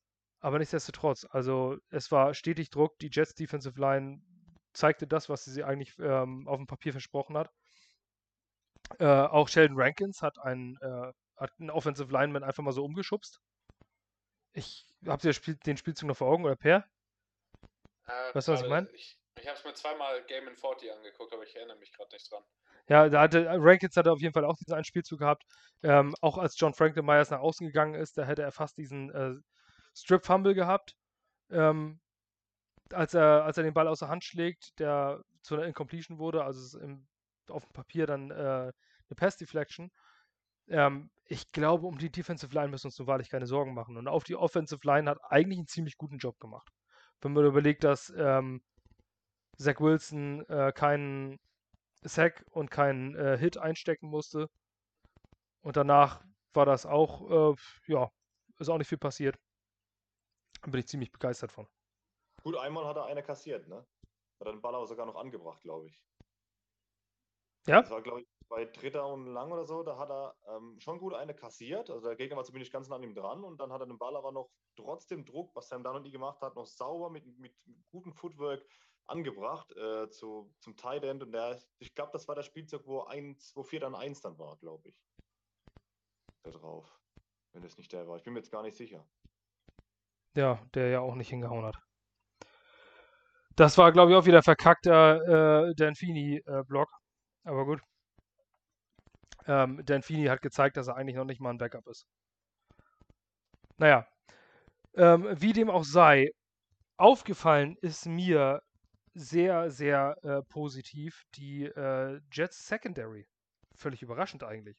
Aber nichtsdestotrotz, also es war stetig Druck. Die Jets Defensive Line zeigte das, was sie sie eigentlich ähm, auf dem Papier versprochen hat. Äh, auch Sheldon Rankins hat einen, äh, hat einen Offensive Lineman einfach mal so umgeschubst. Ich habt ihr das Spiel, den Spielzug noch vor Augen oder Per? Äh, Weißt du, was ich gerade, meine? ich, ich habe es mir zweimal Game in vierzig angeguckt, aber ich erinnere mich gerade nicht dran. Ja, da hatte Rankins hatte auf jeden Fall auch diesen einen Spielzug gehabt. Ähm, auch als John Franklin Myers nach außen gegangen ist, da hätte er fast diesen äh, Strip-Fumble gehabt. Ähm, als er, als er den Ball aus der Hand schlägt, der zu einer Incompletion wurde, also es ist im, auf dem Papier dann äh, eine Pass-Deflection. Ähm, ich glaube, um die Defensive Line müssen wir uns nun wahrlich keine Sorgen machen. Und auf die Offensive Line hat eigentlich einen ziemlich guten Job gemacht. Wenn man überlegt, dass ähm, Zach Wilson äh, keinen Sack und keinen äh, Hit einstecken musste. Und danach war das auch, äh, ja, ist auch nicht viel passiert. Da bin ich ziemlich begeistert von. Gut, einmal hat er eine kassiert, ne? Hat er den Ball aber sogar noch angebracht, glaube ich. Ja? Das war, glaube ich, bei Dritter und Lang oder so, da hat er ähm, schon gut eine kassiert. Also der Gegner war zumindest ganz nah an ihm dran und dann hat er den Ball aber noch trotzdem Druck, was Sam Darnold gemacht hat, noch sauber mit, mit gutem Footwork angebracht äh, zu, zum Tight End. Und der, ich glaube, das war der Spielzug, wo eins, wo vier dann eins dann war, glaube ich. Da drauf. Wenn das nicht der war. Ich bin mir jetzt gar nicht sicher. Ja, der ja auch nicht hingehauen hat. Das war, glaube ich, auch wieder verkackter äh, Danfini-Block. Äh, Aber gut. Ähm, Danfini hat gezeigt, dass er eigentlich noch nicht mal ein Backup ist. Naja. Ähm, wie dem auch sei, aufgefallen ist mir sehr, sehr äh, positiv die äh, Jets Secondary. Völlig überraschend eigentlich.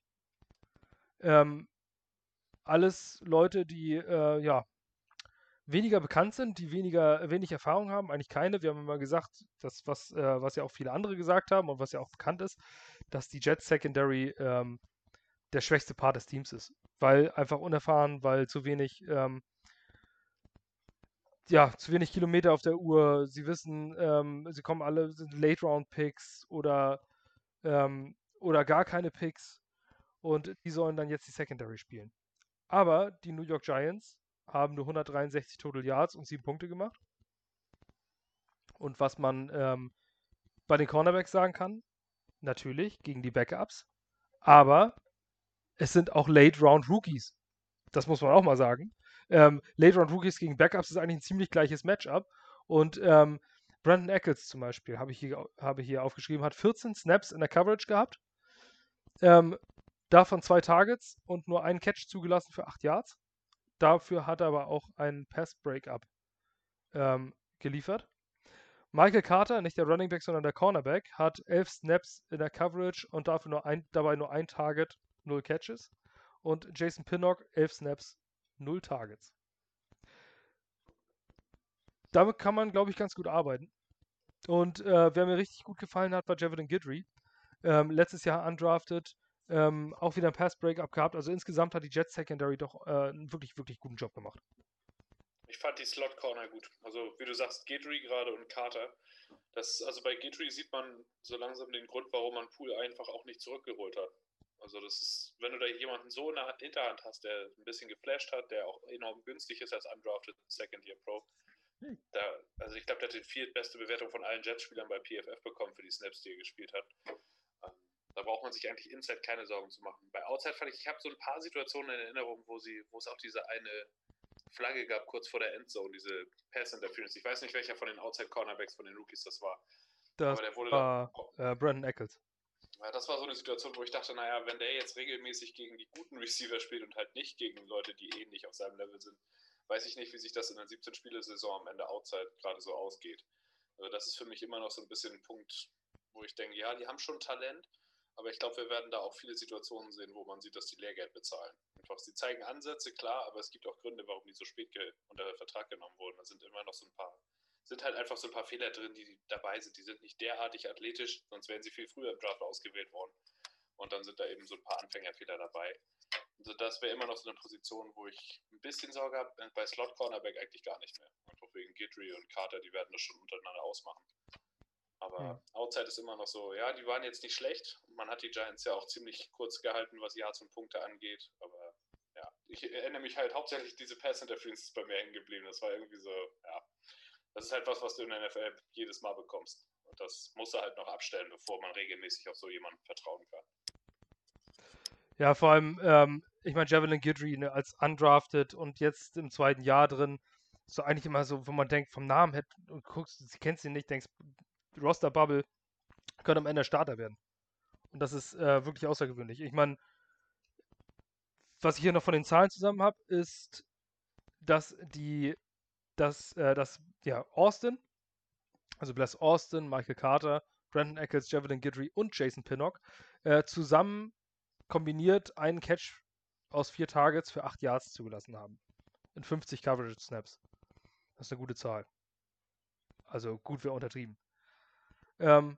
Ähm, alles Leute, die äh, ja weniger bekannt sind, die weniger wenig Erfahrung haben, eigentlich keine. Wir haben immer gesagt, das, was, äh, was ja auch viele andere gesagt haben und was ja auch bekannt ist, dass die Jets Secondary ähm, der schwächste Part des Teams ist. Weil einfach unerfahren, weil zu wenig, ähm, ja, zu wenig Kilometer auf der Uhr. Sie wissen, ähm, sie kommen alle, sind Late-Round-Picks oder, ähm, oder gar keine Picks und die sollen dann jetzt die Secondary spielen. Aber die New York Giants haben nur hundertdreiundsechzig Total Yards und sieben Punkte gemacht. Und was man ähm, bei den Cornerbacks sagen kann, natürlich gegen die Backups, aber es sind auch Late-Round-Rookies. Das muss man auch mal sagen. Ähm, Late-Round-Rookies gegen Backups ist eigentlich ein ziemlich gleiches Matchup. Und ähm, Brandon Eccles zum Beispiel, habe ich hier, habe hier aufgeschrieben, hat vierzehn Snaps in der Coverage gehabt. Ähm, davon zwei Targets und nur einen Catch zugelassen für acht Yards. Dafür hat er aber auch einen Pass-Breakup ähm, geliefert. Michael Carter, nicht der Running Back, sondern der Cornerback, hat elf Snaps in der Coverage und dafür nur ein, dabei nur ein Target, null Catches. Und Jason Pinnock, elf Snaps, null Targets. Damit kann man, glaube ich, ganz gut arbeiten. Und äh, wer mir richtig gut gefallen hat, war Javelin Guidry. Ähm, letztes Jahr undrafted, ähm, auch wieder ein Pass-Breakup gehabt. Also insgesamt hat die Jets Secondary doch äh, einen wirklich, wirklich guten Job gemacht. Ich fand die Slot-Corner gut. Also wie du sagst, Guidry gerade und Carter. Das, also bei Guidry sieht man so langsam den Grund, warum man Poole einfach auch nicht zurückgeholt hat. Also das ist, wenn du da jemanden so in der Hinterhand hast, der ein bisschen geflasht hat, der auch enorm günstig ist als undrafted Second-Year-Pro. Da, also ich glaube, der hat die viertbeste Bewertung von allen Jets-Spielern bei P F F bekommen für die Snaps, die er gespielt hat. Ähm, da braucht man sich eigentlich Inside keine Sorgen zu machen. Bei Outside fand ich, ich habe so ein paar Situationen in Erinnerung, wo sie, wo es auch diese eine Flagge gab, kurz vor der Endzone, diese Pass-Interference. Ich weiß nicht, welcher von den Outside-Cornerbacks von den Rookies das war. Das aber der wurde war dann, äh, Brandon Eccles. Ja, das war so eine Situation, wo ich dachte, naja, wenn der jetzt regelmäßig gegen die guten Receiver spielt und halt nicht gegen Leute, die ähnlich auf seinem Level sind, weiß ich nicht, wie sich das in der siebzehn-Spiele-Saison am Ende Outside gerade so ausgeht. Also das ist für mich immer noch so ein bisschen ein Punkt, wo ich denke, ja, die haben schon Talent, aber ich glaube, wir werden da auch viele Situationen sehen, wo man sieht, dass die Lehrgeld bezahlen. Einfach, sie zeigen Ansätze, klar, aber es gibt auch Gründe, warum die so spät unter Vertrag genommen wurden. Da sind immer noch so ein paar, sind halt einfach so ein paar Fehler drin, die dabei sind. Die sind nicht derartig athletisch, sonst wären sie viel früher im Draft ausgewählt worden. Und dann sind da eben so ein paar Anfängerfehler dabei. Also das wäre immer noch so eine Position, wo ich ein bisschen Sorge habe. Bei Slot Cornerback eigentlich gar nicht mehr. Einfach wegen Guidry und Carter, die werden das schon untereinander ausmachen. Aber hm. Outside ist immer noch so, ja, die waren jetzt nicht schlecht. Man hat die Giants ja auch ziemlich kurz gehalten, was Yards und Punkte angeht. Aber ja, ich erinnere mich halt hauptsächlich, diese Pass-Interference ist bei mir hängen geblieben. Das war irgendwie so, ja. Das ist halt was, was du in der N F L jedes Mal bekommst. Und das muss er halt noch abstellen, bevor man regelmäßig auf so jemanden vertrauen kann. Ja, vor allem, ähm, ich meine, Javelin Guidry ne, als undrafted und jetzt im zweiten Jahr drin, so eigentlich immer so, wo man denkt, vom Namen her, und guckst, du kennst ihn nicht, denkst, Roster Bubble könnte am Ende Starter werden. Und das ist äh, wirklich außergewöhnlich. Ich meine, was ich hier noch von den Zahlen zusammen habe, ist, dass die, dass, äh, dass, ja, Austin, also Bless Austin, Michael Carter, Brandon Eccles, Javelin Guidry und Jason Pinnock äh, zusammen kombiniert einen Catch aus vier Targets für acht Yards zugelassen haben. In fünfzig Coverage Snaps. Das ist eine gute Zahl. Also gut wäre untertrieben. Ähm,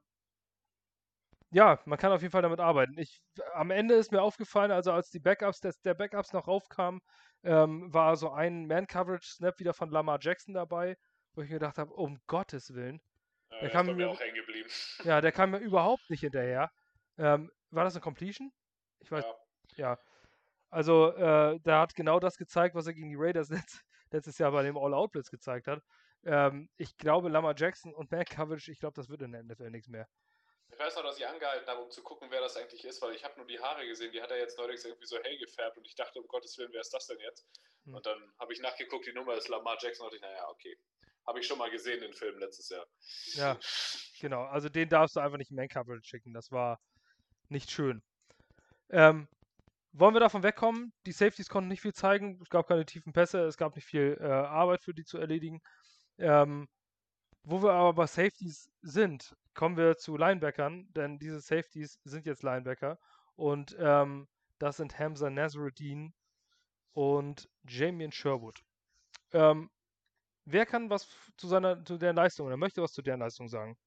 ja, man kann auf jeden Fall damit arbeiten. Ich, am Ende ist mir aufgefallen, also als die Backups, des, der Backups noch raufkamen, ähm, war so ein Man-Coverage-Snap wieder von Lamar Jackson dabei, wo ich mir gedacht habe, um Gottes Willen. Ja, Der der ist kam bei mir mir, auch hängen geblieben. ja, der kam mir überhaupt nicht hinterher. Ähm, war das eine Completion? Ich weiß, Ja. ja. Also, äh, der hat genau das gezeigt, was er gegen die Raiders letzt, letztes Jahr bei dem All-Out-Blitz gezeigt hat. Ähm, ich glaube, Lamar Jackson und Man-Coverage, ich glaube, das wird in der N F L nichts mehr. Ich weiß noch, dass ich angehalten habe, um zu gucken, wer das eigentlich ist, weil ich habe nur die Haare gesehen, die hat er jetzt neulich irgendwie so hell gefärbt und ich dachte, um Gottes Willen, wer ist das denn jetzt? Hm. Und dann habe ich nachgeguckt, die Nummer ist Lamar Jackson und ich, naja, okay. Habe ich schon mal gesehen, den Film letztes Jahr. Ja, genau. Also den darfst du einfach nicht in Man-Coverage schicken. Das war nicht schön. Ähm, wollen wir davon wegkommen? Die Safeties konnten nicht viel zeigen. Es gab keine tiefen Pässe. Es gab nicht viel äh, Arbeit für die zu erledigen. Ähm, wo wir aber bei Safeties sind, kommen wir zu Linebackern, denn diese Safeties sind jetzt Linebacker. Und ähm, das sind Hamza Nasruddin und Jamian Sherwood. Ähm, wer kann was zu seiner, zu deren Leistung oder möchte was zu deren Leistung sagen?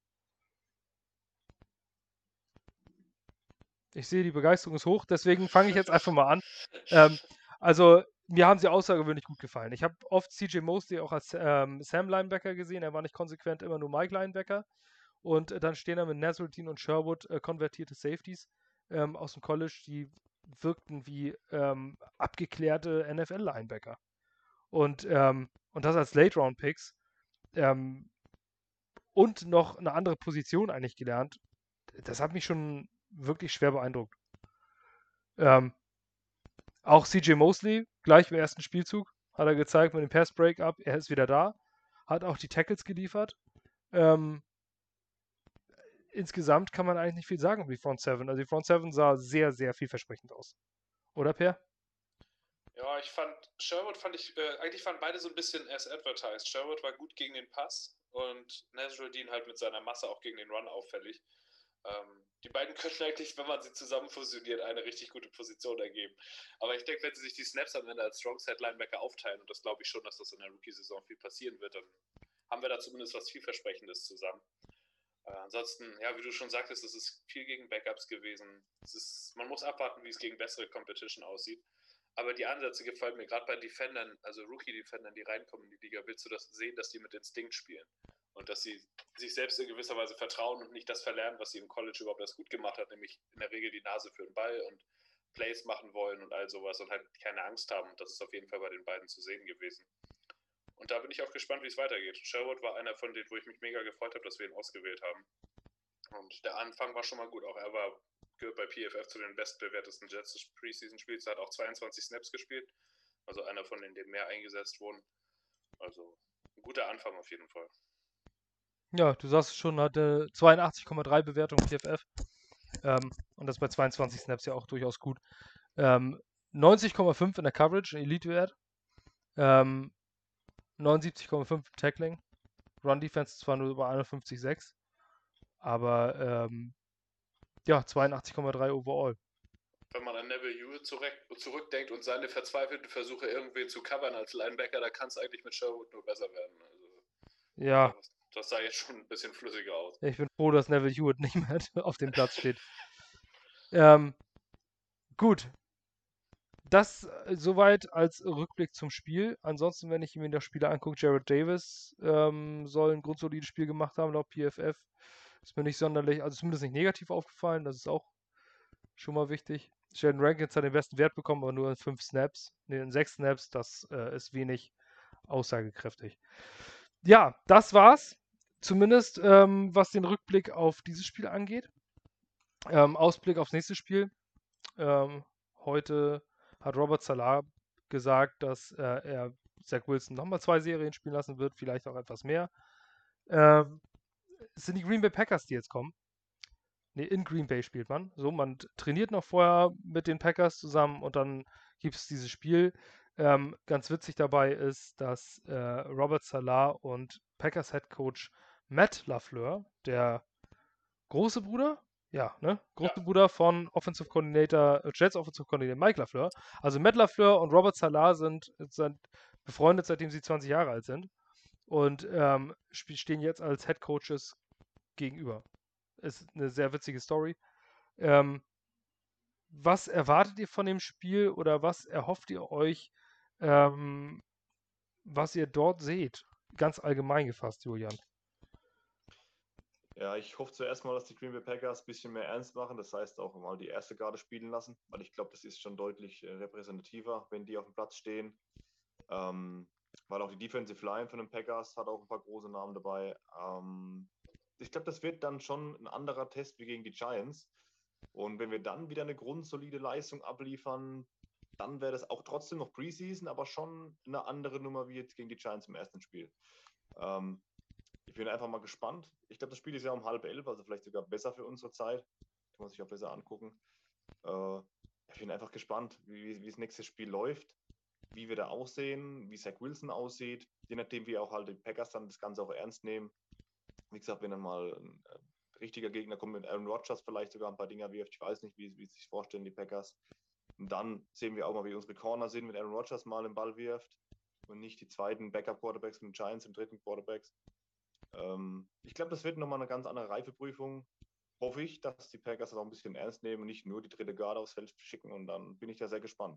Ich sehe, die Begeisterung ist hoch, deswegen fange ich jetzt einfach mal an. Ähm, also, mir haben sie außergewöhnlich gut gefallen. Ich habe oft C J Mosley auch als ähm, Sam Linebacker gesehen. Er war nicht konsequent immer nur Mike Linebacker. Und äh, dann stehen da mit Nasruddin und Sherwood äh, konvertierte Safeties ähm, aus dem College, die wirkten wie ähm, abgeklärte N F L-Linebacker. Und, ähm, und das als Late-Round-Picks. Ähm, und noch eine andere Position eigentlich gelernt. Das hat mich schon wirklich schwer beeindruckt. Ähm, auch C J Mosley, gleich im ersten Spielzug, hat er gezeigt mit dem Pass-Breakup, er ist wieder da. Hat auch die Tackles geliefert. Ähm, insgesamt kann man eigentlich nicht viel sagen über die Front Seven. Also die Front Seven sah sehr, sehr vielversprechend aus. Oder, Per? Ja, ich fand, Sherwood fand ich, äh, eigentlich waren beide so ein bisschen as advertised. Sherwood war gut gegen den Pass und Nasruddin halt mit seiner Masse auch gegen den Run auffällig. Ähm, die beiden können eigentlich, wenn man sie zusammen fusioniert, eine richtig gute Position ergeben. Aber ich denke, wenn sie sich die Snaps am Ende als Strong-Side-Linebacker aufteilen, und das glaube ich schon, dass das in der Rookie-Saison viel passieren wird, dann haben wir da zumindest was vielversprechendes zusammen. Äh, ansonsten, ja, wie du schon sagtest, es ist viel gegen Backups gewesen. Es ist, man muss abwarten, wie es gegen bessere Competition aussieht. Aber die Ansätze gefallen mir gerade bei Defendern, also Rookie-Defendern, die reinkommen in die Liga, willst du das sehen, dass die mit Instinkt spielen. Und dass sie sich selbst in gewisser Weise vertrauen und nicht das verlernen, was sie im College überhaupt erst gut gemacht hat, nämlich in der Regel die Nase für den Ball und Plays machen wollen und all sowas und halt keine Angst haben. Und das ist auf jeden Fall bei den beiden zu sehen gewesen. Und da bin ich auch gespannt, wie es weitergeht. Sherwood war einer von denen, wo ich mich mega gefreut habe, dass wir ihn ausgewählt haben. Und der Anfang war schon mal gut. Auch er war gehört bei P F F zu den bestbewertesten Jets des Preseason-Spiels. Er hat auch zweiundzwanzig Snaps gespielt. Also einer von denen, die mehr eingesetzt wurden. Also ein guter Anfang auf jeden Fall. Ja, du sagst es schon, hatte zweiundachtzig Komma drei Bewertung P F F. Ähm, und das bei zweiundzwanzig Snaps ja auch durchaus gut. Ähm, neunzig Komma fünf in der Coverage, Elite-Wert. Ähm, neunundsiebzig Komma fünf im Tackling. Run-Defense zwar nur über einundfünfzig Komma sechs, aber ähm, ja, zweiundachtzig Komma drei overall. Wenn man an Neville Hewitt zurück, zurückdenkt und seine verzweifelten Versuche, irgendwen zu covern als Linebacker, da kann es eigentlich mit Sherwood nur besser werden. Also, Ja. Das, das sah jetzt schon ein bisschen flüssiger aus. Ich bin froh, dass Neville Hewitt nicht mehr auf dem Platz steht. ähm, gut. Das äh, soweit als Rückblick zum Spiel. Ansonsten, wenn ich mir das Spiel angucke, Jared Davis ähm, soll ein grundsolides Spiel gemacht haben, laut P F F. Ist mir nicht sonderlich, also zumindest nicht negativ aufgefallen. Das ist auch schon mal wichtig. Sheldon Rankins hat den besten Wert bekommen, aber nur in fünf Snaps. Nee, in sechs Snaps, das äh, ist wenig aussagekräftig. Ja, das war's. Zumindest ähm, was den Rückblick auf dieses Spiel angeht. Ähm, Ausblick aufs nächste Spiel. Ähm, heute hat Robert Salah gesagt, dass äh, er Zach Wilson nochmal zwei Serien spielen lassen wird, vielleicht auch etwas mehr. Ähm, es sind die Green Bay Packers, die jetzt kommen. Ne, in Green Bay spielt man. So, man trainiert noch vorher mit den Packers zusammen und dann gibt es dieses Spiel. Ähm, ganz witzig dabei ist, dass äh, Robert Salah und Packers Head Coach Matt LaFleur, der große Bruder, ja, ne, große Ja. Bruder von Offensive Coordinator, äh, Jets Offensive Coordinator Mike LaFleur. Also Matt LaFleur und Robert Salah sind, sind befreundet, seitdem sie zwanzig Jahre alt sind und ähm, sp- stehen jetzt als Head Coaches gegenüber. Ist eine sehr witzige Story. Ähm, was erwartet ihr von dem Spiel oder was erhofft ihr euch, ähm, was ihr dort seht? Ganz allgemein gefasst, Julian. Ja, ich hoffe zuerst mal, dass die Green Bay Packers ein bisschen mehr ernst machen. Das heißt auch mal die erste Garde spielen lassen, weil ich glaube, das ist schon deutlich äh, repräsentativer, wenn die auf dem Platz stehen. Ähm, weil auch die Defensive Line von den Packers hat auch ein paar große Namen dabei. Ähm, ich glaube, das wird dann schon ein anderer Test wie gegen die Giants. Und wenn wir dann wieder eine grundsolide Leistung abliefern, dann wäre das auch trotzdem noch Preseason, aber schon eine andere Nummer wie jetzt gegen die Giants im ersten Spiel. Ähm, ich bin einfach mal gespannt. Ich glaube, das Spiel ist ja um halb elf, also vielleicht sogar besser für unsere Zeit. Kann man sich auch besser angucken. Äh, ich bin einfach gespannt, wie, wie das nächste Spiel läuft, wie wir da aussehen, wie Zach Wilson aussieht, je nachdem, wie auch halt die Packers dann das Ganze auch ernst nehmen. Wie gesagt, wenn dann mal ein äh, richtiger Gegner kommt mit Aaron Rodgers vielleicht sogar ein paar Dinger wirft, ich weiß nicht, wie, wie sie sich vorstellen, die Packers. Und dann sehen wir auch mal, wie unsere Corner sind, wenn Aaron Rodgers mal den Ball wirft und nicht die zweiten Backup-Quarterbacks mit den Giants im dritten Quarterbacks. Ähm, ich glaube, das wird nochmal eine ganz andere Reifeprüfung. Hoffe ich, dass die Packers das auch ein bisschen ernst nehmen und nicht nur die dritte Garde aufs Feld schicken. Und dann bin ich da sehr gespannt.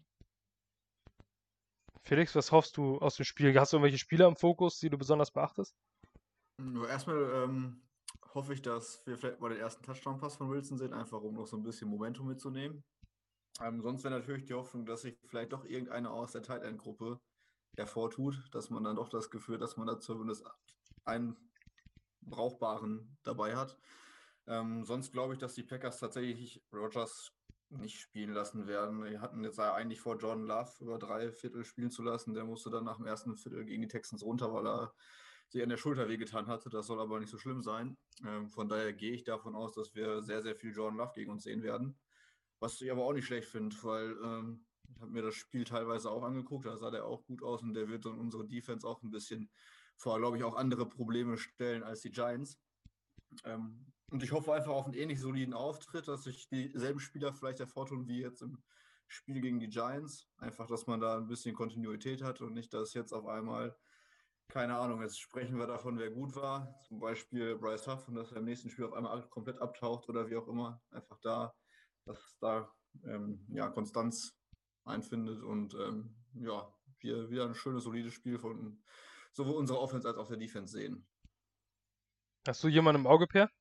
Felix, was hoffst du aus dem Spiel? Hast du irgendwelche Spieler im Fokus, die du besonders beachtest? Nur erstmal ähm, hoffe ich, dass wir vielleicht mal den ersten Touchdown-Pass von Wilson sehen, einfach um noch so ein bisschen Momentum mitzunehmen. Ähm, sonst wäre natürlich die Hoffnung, dass sich vielleicht doch irgendeiner aus der Tight End-Gruppe hervortut, dass man dann doch das Gefühl, dass man da zumindest einen brauchbaren dabei hat. Ähm, sonst glaube ich, dass die Packers tatsächlich Rodgers nicht spielen lassen werden. Die hatten jetzt eigentlich vor, Jordan Love über drei Viertel spielen zu lassen. Der musste dann nach dem ersten Viertel gegen die Texans runter, weil er sich an der Schulter wehgetan hatte. Das soll aber nicht so schlimm sein. Ähm, von daher gehe ich davon aus, dass wir sehr, sehr viel Jordan Love gegen uns sehen werden. Was ich aber auch nicht schlecht finde, weil ähm, ich habe mir das Spiel teilweise auch angeguckt, da sah der auch gut aus und der wird dann unsere Defense auch ein bisschen vor, glaube ich, auch andere Probleme stellen als die Giants. Ähm, und ich hoffe einfach auf einen ähnlich soliden Auftritt, dass sich dieselben Spieler vielleicht hervortun wie jetzt im Spiel gegen die Giants. Einfach, dass man da ein bisschen Kontinuität hat und nicht, dass jetzt auf einmal, keine Ahnung, jetzt sprechen wir davon, wer gut war. Zum Beispiel Bryce Huff und dass er im nächsten Spiel auf einmal komplett abtaucht oder wie auch immer. Einfach da, dass da ähm, ja, Konstanz einfindet und ähm, ja, wir wieder ein schönes, solides Spiel von sowohl unserer Offense als auch der Defense sehen. Hast du jemanden im Auge, Per?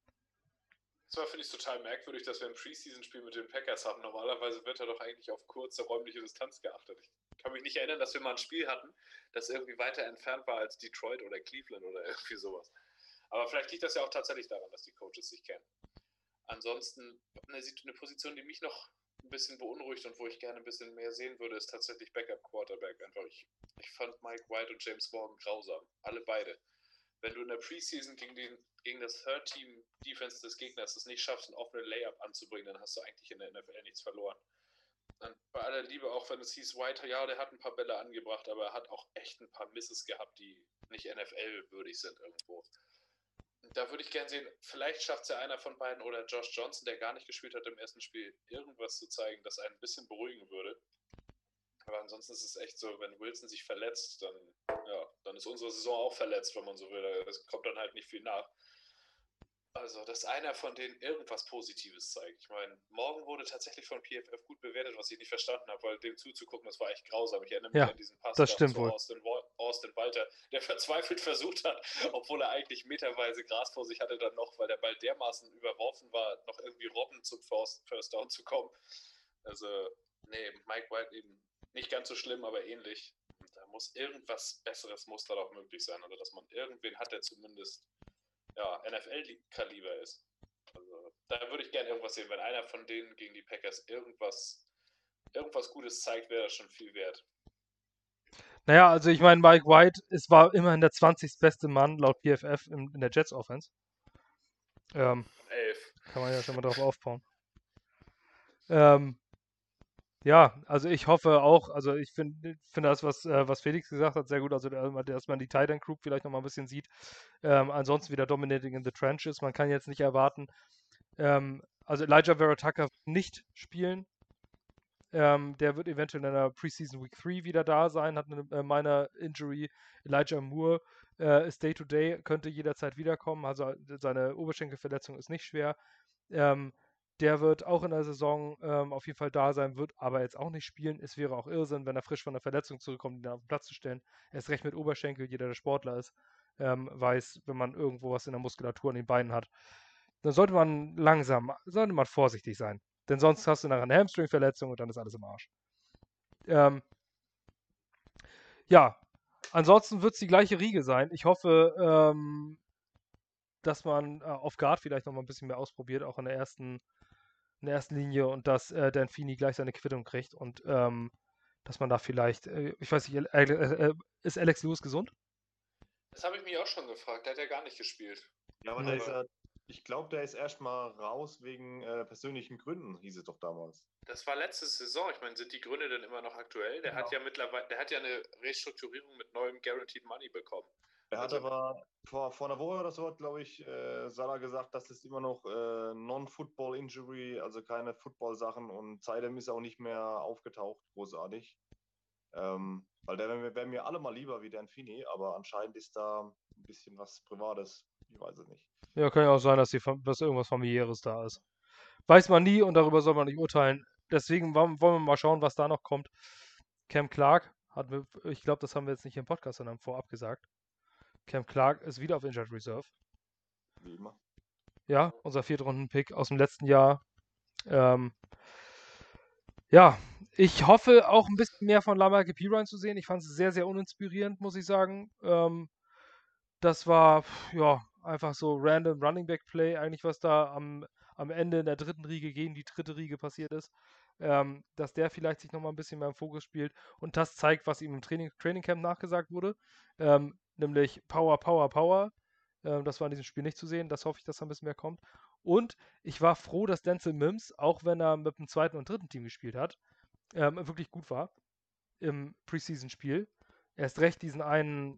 Zwar finde ich es total merkwürdig, dass wir ein Preseason-Spiel mit den Packers haben. Normalerweise wird da doch eigentlich auf kurze räumliche Distanz geachtet. Ich kann mich nicht erinnern, dass wir mal ein Spiel hatten, das irgendwie weiter entfernt war als Detroit oder Cleveland oder irgendwie sowas. Aber vielleicht liegt das ja auch tatsächlich daran, dass die Coaches sich kennen. Ansonsten eine, eine Position, die mich noch ein bisschen beunruhigt und wo ich gerne ein bisschen mehr sehen würde, ist tatsächlich Backup Quarterback. Einfach ich, ich fand Mike White und James Morgan grausam. Alle beide. Wenn du in der Preseason gegen, den, gegen das Third-Team-Defense des Gegners es nicht schaffst, einen offenen Layup anzubringen, dann hast du eigentlich in der N F L nichts verloren. Und bei aller Liebe, auch wenn es hieß, White, ja, der hat ein paar Bälle angebracht, aber er hat auch echt ein paar Misses gehabt, die nicht N F L-würdig sind irgendwo. Da würde ich gerne sehen, vielleicht schafft es ja einer von beiden oder Josh Johnson, der gar nicht gespielt hat im ersten Spiel, irgendwas zu zeigen, das einen ein bisschen beruhigen würde. Aber ansonsten ist es echt so, wenn Wilson sich verletzt, dann, ja, dann ist unsere Saison auch verletzt, wenn man so will. Es kommt dann halt nicht viel nach. Also, dass einer von denen irgendwas Positives zeigt. Ich meine, morgen wurde tatsächlich von P F F gut bewertet, was ich nicht verstanden habe, weil dem zuzugucken, das war echt grausam. Ich erinnere mich Ja, an diesen Pass das da stimmt zu wohl. Austin, Austin Walter, der verzweifelt versucht hat, obwohl er eigentlich meterweise Gras vor sich hatte, dann noch, weil der Ball dermaßen überworfen war, noch irgendwie robben zum First, First Down zu kommen. Also, nee, Mike White eben nicht ganz so schlimm, aber ähnlich. Und da muss irgendwas Besseres muss da doch möglich sein. Oder dass man irgendwen hat, der zumindest ja, N F L-Kaliber ist. Also, da würde ich gerne irgendwas sehen. Wenn einer von denen gegen die Packers irgendwas, irgendwas Gutes zeigt, wäre das schon viel wert. Naja, also ich meine, Mike White, es war immerhin der zwanzigste beste Mann laut P F F in, in der Jets-Offense. Ähm, Elf. kann man ja schon mal drauf aufbauen. Ähm, ja, also ich hoffe auch, also ich finde find das, was, äh, was Felix gesagt hat, sehr gut, also der- dass man die Tight End Group vielleicht noch mal ein bisschen sieht. Ähm, ansonsten wieder Dominating in the Trenches. Man kann jetzt nicht erwarten, ähm, also Elijah Vera Tucker wird nicht spielen. Ähm, der wird eventuell in der Preseason Week drei wieder da sein, hat eine äh, minor Injury. Elijah Moore äh, ist Day-to-Day, könnte jederzeit wiederkommen, also seine Oberschenkelverletzung ist nicht schwer. Ähm, der wird auch in der Saison ähm, auf jeden Fall da sein, wird aber jetzt auch nicht spielen. Es wäre auch Irrsinn, wenn er frisch von der Verletzung zurückkommt, ihn dann auf den Platz zu stellen. Er ist recht mit Oberschenkel, jeder, der Sportler ist, ähm, weiß, wenn man irgendwo was in der Muskulatur an den Beinen hat, dann sollte man langsam, sollte man vorsichtig sein. Denn sonst hast du nachher eine Hamstring-Verletzung und dann ist alles im Arsch. Ähm, ja, ansonsten wird es die gleiche Riege sein. Ich hoffe, ähm, dass man äh, auf Guard vielleicht noch mal ein bisschen mehr ausprobiert, auch in der ersten, in der ersten Linie und dass äh, Dan Feeney gleich seine Quittung kriegt und ähm, dass man da vielleicht, äh, ich weiß nicht, äh, äh, ist Alex Lewis gesund? Das habe ich mich auch schon gefragt. Der hat ja gar nicht gespielt. Ja, aber Nee. der ist ja, ich glaube, der ist erstmal raus wegen äh, persönlichen Gründen, hieß es doch damals. Das war letzte Saison. Ich meine, sind die Gründe denn immer noch aktuell? Der Genau. hat ja mittlerweile, der hat ja eine Restrukturierung mit neuem Guaranteed Money bekommen. Er hat Also- aber vor, vor einer Woche oder so, hat, glaube ich, äh, Salah gesagt, dass es immer noch äh, Non-Football-Injury, also keine Football-Sachen und seitdem ist er auch nicht mehr aufgetaucht, großartig. Ähm, weil der wäre wär mir alle mal lieber wie Dan Feeney, aber anscheinend ist da ein bisschen was Privates. Ich weiß es nicht. Ja, kann ja auch sein, dass, die, Fam- dass irgendwas Familiäres da ist. Weiß man nie und darüber soll man nicht urteilen. Deswegen wollen wollen wir mal schauen, was da noch kommt. Cam Clark hat, mir- ich glaube, das haben wir jetzt nicht im Podcast, sondern vorab gesagt. Cam Clark ist wieder auf Injured Reserve. Wie immer. Ja, unser Viertrunden-Pick aus dem letzten Jahr. Ähm, ja, ich hoffe auch ein bisschen mehr von Lamarcus Pirine zu sehen. Ich fand es sehr, sehr uninspirierend, muss ich sagen. Ähm, das war, pf, ja, einfach so random Running Back Play, eigentlich, was da am, am Ende in der dritten Riege gegen die dritte Riege passiert ist. Ähm, dass der vielleicht sich nochmal ein bisschen mehr im Fokus spielt und das zeigt, was ihm im Training, Training Camp nachgesagt wurde. Ähm, nämlich Power, Power, Power. Ähm, das war in diesem Spiel nicht zu sehen. Das hoffe ich, dass da ein bisschen mehr kommt. Und ich war froh, dass Denzel Mims, auch wenn er mit dem zweiten und dritten Team gespielt hat, ähm, wirklich gut war im Preseason-Spiel. Erst recht diesen einen,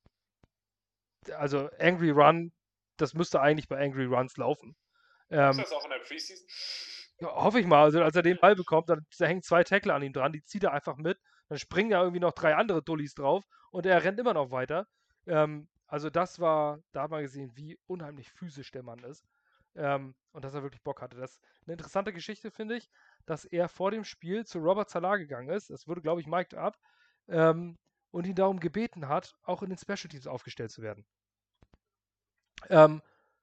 also Angry Run, das müsste eigentlich bei Angry Runs laufen. Ist Ähm, das auch in der Preseason? ja, hoffe ich mal. Also, als er den Ball bekommt, dann, da hängen zwei Tackler an ihm dran, die zieht er einfach mit. Dann springen da irgendwie noch drei andere Dullis drauf und er rennt immer noch weiter. Ähm, also, das war, da hat man gesehen, wie unheimlich physisch der Mann ist. Ähm, und dass er wirklich Bock hatte. Das ist eine interessante Geschichte, finde ich, dass er vor dem Spiel zu Robert Salah gegangen ist. Das wurde, glaube ich, mic'd up. Ähm, und ihn darum gebeten hat, auch in den Special Teams aufgestellt zu werden. Ähm,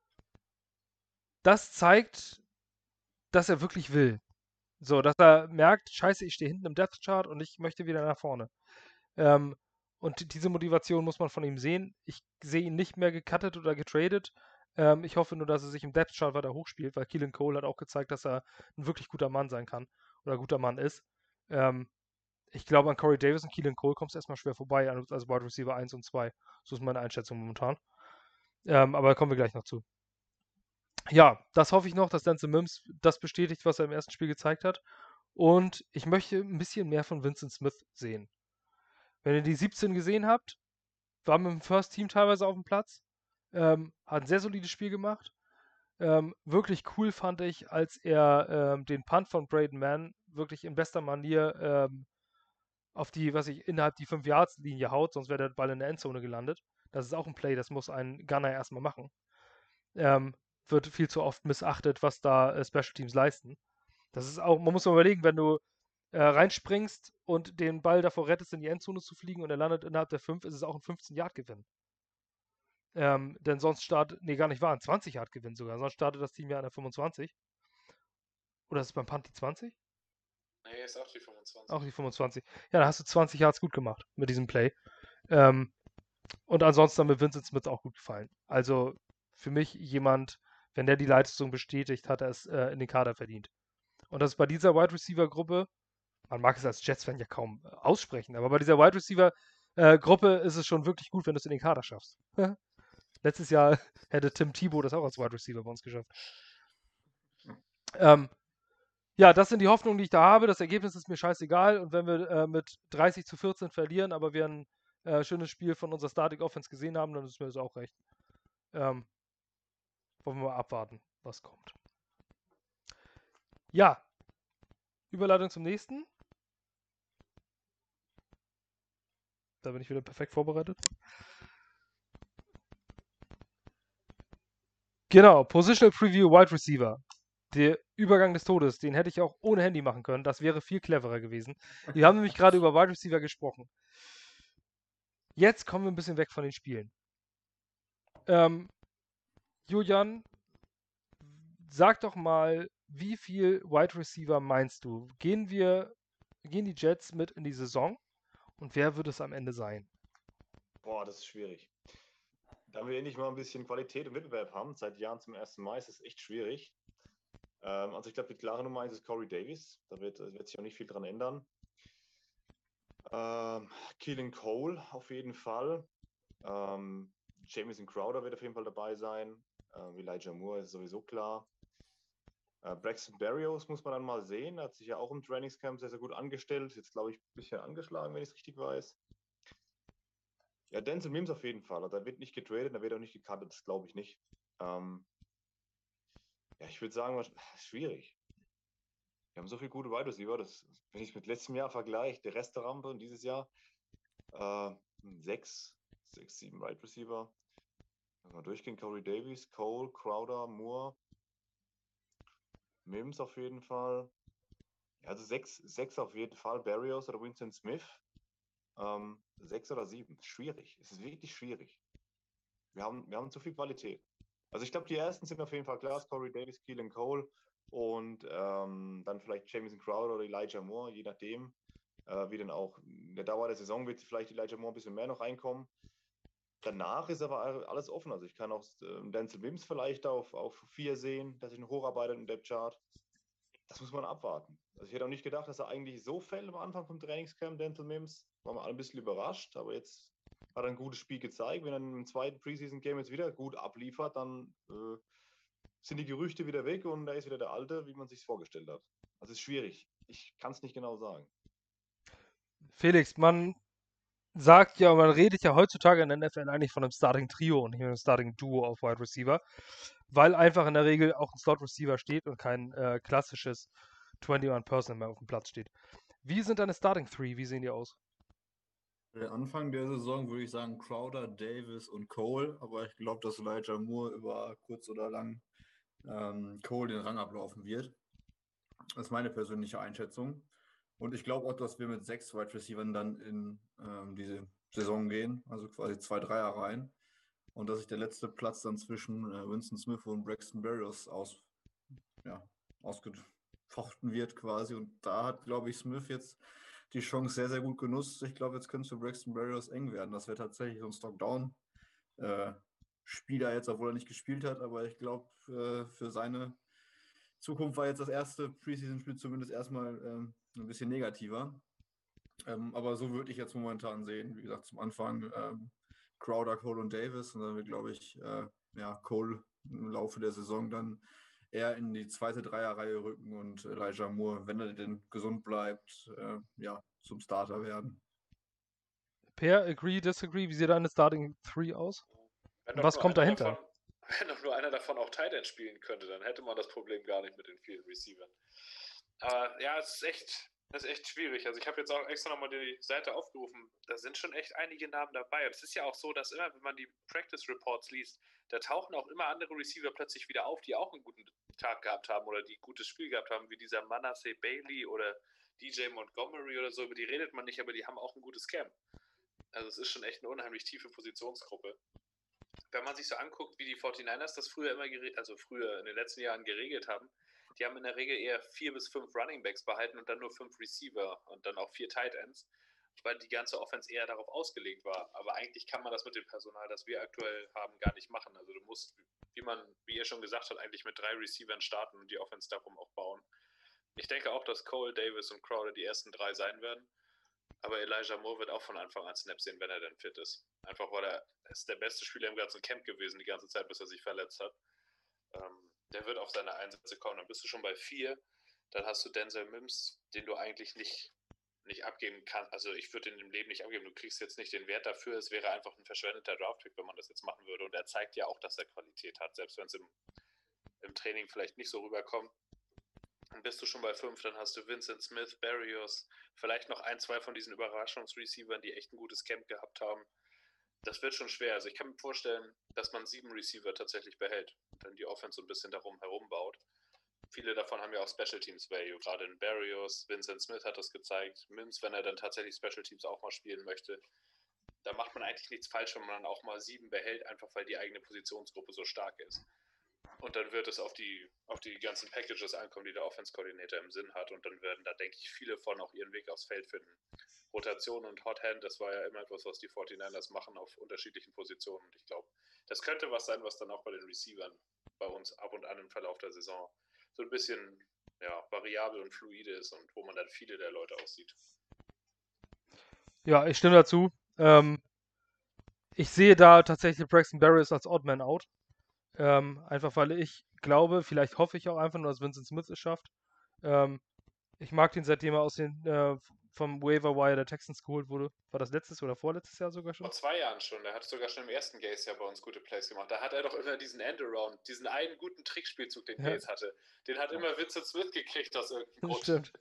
das zeigt, dass er wirklich will. So, dass er merkt, scheiße, ich stehe hinten im Depth Chart und ich möchte wieder nach vorne. Ähm, und diese Motivation muss man von ihm sehen. Ich sehe ihn nicht mehr gecuttet oder getradet. Ähm, ich hoffe nur, dass er sich im Depth Chart weiter hochspielt, weil Keelan Cole hat auch gezeigt, dass er ein wirklich guter Mann sein kann oder guter Mann ist. Ähm, ich glaube, an Corey Davis und Keelan Cole kommst du erstmal schwer vorbei, als Wide Receiver eins und zwei. So ist meine Einschätzung momentan. Ähm, aber da kommen wir gleich noch zu. Ja, das hoffe ich noch, dass Denzel Mims das bestätigt, was er im ersten Spiel gezeigt hat. Und ich möchte ein bisschen mehr von Vincent Smith sehen. Wenn ihr die siebzehn gesehen habt, war mit dem First Team teilweise auf dem Platz, ähm, hat ein sehr solides Spiel gemacht. Ähm, wirklich cool fand ich, als er ähm, den Punt von Braden Mann wirklich in bester Manier ähm, auf die, was ich, innerhalb die fünf Yards Linie haut, sonst wäre der Ball in der Endzone gelandet. Das ist auch ein Play, das muss ein Gunner erstmal machen. Ähm, wird viel zu oft missachtet, was da äh, Special Teams leisten. Das ist auch, man muss mal überlegen, wenn du äh, reinspringst und den Ball davor rettest, in die Endzone zu fliegen und er landet innerhalb der fünf, ist es auch ein fünfzehn-Yard-Gewinn. Ähm, denn sonst startet, nee, gar nicht wahr, ein zwanzig-Yard-Gewinn sogar. Sonst startet das Team ja an der fünfundzwanzig. Oder ist es beim Punt die zwanzig? Nee, ist auch die fünfundzwanzig. Auch die fünfundzwanzig. Ja, da hast du zwanzig Yards gut gemacht mit diesem Play. Ähm, und ansonsten hat mir Vincent Smith auch gut gefallen. Also für mich jemand, wenn der die Leistung bestätigt, hat er es äh, in den Kader verdient. Und das ist bei dieser Wide Receiver Gruppe, man mag es als Jets-Fan ja kaum äh, aussprechen, aber bei dieser Wide Receiver äh, Gruppe ist es schon wirklich gut, wenn du es in den Kader schaffst. Letztes Jahr hätte Tim Tebow das auch als Wide Receiver bei uns geschafft. Ähm, ja, das sind die Hoffnungen, die ich da habe. Das Ergebnis ist mir scheißegal. Und wenn wir äh, mit dreißig zu vierzehn verlieren, aber wir ein äh, schönes Spiel von unserer Static Offense gesehen haben, dann ist mir das auch recht. Ähm, wollen wir mal abwarten, was kommt. Ja, Überleitung zum nächsten. Da bin ich wieder perfekt vorbereitet. Genau, Positional Preview Wide Receiver. Der Übergang des Todes, den hätte ich auch ohne Handy machen können. Das wäre viel cleverer gewesen. Wir haben nämlich gerade über Wide Receiver gesprochen. Jetzt kommen wir ein bisschen weg von den Spielen. Ähm, Julian, sag doch mal, wie viel Wide Receiver meinst du? Gehen wir, gehen die Jets mit in die Saison und wer wird es am Ende sein? Boah, das ist schwierig. Da wir endlich mal ein bisschen Qualität im Wettbewerb haben, seit Jahren zum ersten Mal, ist es echt schwierig. Ähm, also ich glaube, die klare Nummer eins ist Corey Davis. Da wird, wird sich auch nicht viel dran ändern. Ähm, Keelan Cole auf jeden Fall. Ähm, Jamison Crowder wird auf jeden Fall dabei sein. Ähm, Elijah Moore ist sowieso klar. Äh, Braxton Berrios muss man dann mal sehen. Er hat sich ja auch im Trainingscamp sehr, sehr gut angestellt. Jetzt, glaube ich, ein bisschen angeschlagen, wenn ich es richtig weiß. Ja, Denzel Mims auf jeden Fall. Also, da wird nicht getradet, da wird auch nicht gecuttet. Das glaube ich nicht. Ähm, ja, ich würde sagen, was, schwierig. Wir haben so viele gute Wide Receiver. Das, wenn ich mit letztem Jahr vergleiche, der Rest der Rampe und dieses Jahr, äh, sechs, sechs, sieben Wide Receiver. Mal durchgehen, Corey Davis, Cole, Crowder, Moore, Mims auf jeden Fall. Ja, also sechs, sechs auf jeden Fall, Berrios oder Winston Smith. Ähm, sechs oder sieben. Schwierig. Es ist wirklich schwierig. Wir haben, wir haben zu viel Qualität. Also ich glaube, die ersten sind auf jeden Fall klar, Corey Davis, Keelan Cole und ähm, dann vielleicht Jamison Crowder oder Elijah Moore, je nachdem, äh, wie dann auch in der Dauer der Saison wird vielleicht Elijah Moore ein bisschen mehr noch reinkommen. Danach ist aber alles offen. Also ich kann auch äh, Denzel Mims vielleicht auf, auf vier sehen, dass ich ihn hocharbeitet im Depth Chart. Das muss man abwarten. Also ich hätte auch nicht gedacht, dass er eigentlich so fällt am Anfang vom Trainingscamp, Denzel Mims. War mal alle ein bisschen überrascht, aber jetzt hat er ein gutes Spiel gezeigt. Wenn er im zweiten Preseason-Game jetzt wieder gut abliefert, dann äh, sind die Gerüchte wieder weg und er ist wieder der Alte, wie man sich vorgestellt hat. Das ist schwierig. Ich kann es nicht genau sagen. Felix, man sagt ja, man redet ja heutzutage in der N F L eigentlich von einem Starting Trio und nicht einem Starting Duo auf Wide Receiver, weil einfach in der Regel auch ein Slot Receiver steht und kein äh, klassisches einundzwanzig Person mehr auf dem Platz steht. Wie sind deine Starting Three? Wie sehen die aus? Der Anfang der Saison würde ich sagen Crowder, Davis und Cole, aber ich glaube, dass Elijah Moore über kurz oder lang ähm, Cole den Rang ablaufen wird. Das ist meine persönliche Einschätzung. Und ich glaube auch, dass wir mit sechs Wide Receivern dann in ähm, diese Saison gehen, also quasi zwei Dreier rein. Und dass sich der letzte Platz dann zwischen äh, Winston Smith und Braxton Berrios aus, ja, ausgefochten wird quasi. Und da hat, glaube ich, Smith jetzt die Chance sehr, sehr gut genutzt. Ich glaube, jetzt könnte es für Braxton Berrios eng werden. Das wäre tatsächlich so ein Stockdown-Spieler äh, jetzt, obwohl er nicht gespielt hat. Aber ich glaube, äh, für seine Zukunft war jetzt das erste Preseason-Spiel zumindest erstmal ähm, ein bisschen negativer. Ähm, aber so würde ich jetzt momentan sehen. Wie gesagt, zum Anfang ähm, Crowder, Cole und Davis. Und dann wird, glaube ich, äh, ja, Cole im Laufe der Saison dann eher in die zweite Dreierreihe rücken und Elijah Moore, wenn er denn gesund bleibt, äh, ja, zum Starter werden. Per, agree, disagree? Wie sieht deine Starting Three aus? Wenn Und doch was nur kommt einer dahinter? davon, wenn doch nur einer davon auch Tight End spielen könnte, dann hätte man das Problem gar nicht mit den vielen Receivern. Aber ja, es ist echt, das ist echt schwierig. Also ich habe jetzt auch extra nochmal die Seite aufgerufen. Da sind schon echt einige Namen dabei. Und es ist ja auch so, dass immer, wenn man die Practice Reports liest, da tauchen auch immer andere Receiver plötzlich wieder auf, die auch einen guten Tag gehabt haben oder die ein gutes Spiel gehabt haben, wie dieser Manasseh Bailey oder D J Montgomery oder so. Über die redet man nicht, aber die haben auch ein gutes Camp. Also es ist schon echt eine unheimlich tiefe Positionsgruppe. Wenn man sich so anguckt, wie die forty-niners das früher immer geregelt, also früher in den letzten Jahren geregelt haben, die haben in der Regel eher vier bis fünf Running Backs behalten und dann nur fünf Receiver und dann auch vier Tight Ends, weil die ganze Offense eher darauf ausgelegt war. Aber eigentlich kann man das mit dem Personal, das wir aktuell haben, gar nicht machen. Also du musst, wie man, wie ihr schon gesagt habt, eigentlich mit drei Receivern starten und die Offense darum auch bauen. Ich denke auch, dass Cole, Davis und Crowder die ersten drei sein werden. Aber Elijah Moore wird auch von Anfang an Snaps sehen, wenn er denn fit ist. Einfach weil er ist der beste Spieler im ganzen Camp gewesen, die ganze Zeit, bis er sich verletzt hat. Ähm, der wird auf seine Einsätze kommen. Dann bist du schon bei vier. Dann hast du Denzel Mims, den du eigentlich nicht, nicht abgeben kannst. Also ich würde ihn im Leben nicht abgeben. Du kriegst jetzt nicht den Wert dafür. Es wäre einfach ein verschwendeter Draftpick, wenn man das jetzt machen würde. Und er zeigt ja auch, dass er Qualität hat, selbst wenn es im, im Training vielleicht nicht so rüberkommt. Dann bist du schon bei fünf, dann hast du Vincent Smith, Barrios, vielleicht noch ein, zwei von diesen Überraschungsreceivern, die echt ein gutes Camp gehabt haben. Das wird schon schwer. Also ich kann mir vorstellen, dass man sieben Receiver tatsächlich behält und dann die Offense so ein bisschen darum herum baut. Viele davon haben ja auch Special Teams Value, gerade in Barrios, Vincent Smith hat das gezeigt, Mims, wenn er dann tatsächlich Special Teams auch mal spielen möchte. Da macht man eigentlich nichts falsch, wenn man dann auch mal sieben behält, einfach weil die eigene Positionsgruppe so stark ist. Und dann wird es auf die, auf die ganzen Packages ankommen, die der Offense-Coordinator im Sinn hat. Und dann werden da, denke ich, viele von auch ihren Weg aufs Feld finden. Rotation und Hot Hand, das war ja immer etwas, was die forty-niners machen auf unterschiedlichen Positionen. Und ich glaube, das könnte was sein, was dann auch bei den Receivern bei uns ab und an im Verlauf der Saison so ein bisschen ja, variabel und fluide ist und wo man dann viele der Leute aussieht. Ja, ich stimme dazu. Ähm, ich sehe da tatsächlich Braxton Barrios als Odd Man Out. Ähm, einfach weil ich glaube, vielleicht hoffe ich auch einfach nur, dass Vincent Smith es schafft. Ähm, ich mag den, seitdem er aus den, äh, vom Waiver Wire der Texans geholt wurde. War das letztes oder vorletztes Jahr sogar schon? Vor zwei Jahren schon. Der hat sogar schon im ersten Gaze ja bei uns gute Plays gemacht. Da hat er doch immer diesen Endaround, diesen einen guten Trickspielzug, den Ja. Gaze hatte. Den hat immer Vincent Smith gekriegt aus irgendeinem Grund. Stimmt.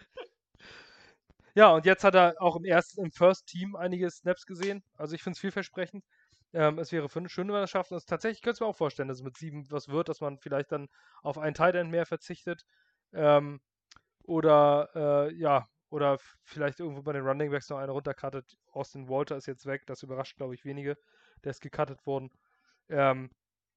Ja, und jetzt hat er auch im ersten, im First Team einige Snaps gesehen. Also ich finde es vielversprechend. Ähm, es wäre für- schön, wenn er es schafft. Und es tatsächlich könnte ich mir auch vorstellen, dass es mit sieben was wird, dass man vielleicht dann auf einen Tight End mehr verzichtet. Ähm, oder äh, ja, oder f- vielleicht irgendwo bei den Running Backs noch einen runtercuttet. Austin Walter ist jetzt weg, das überrascht, glaube ich, wenige. Der ist gecuttet worden. Ähm,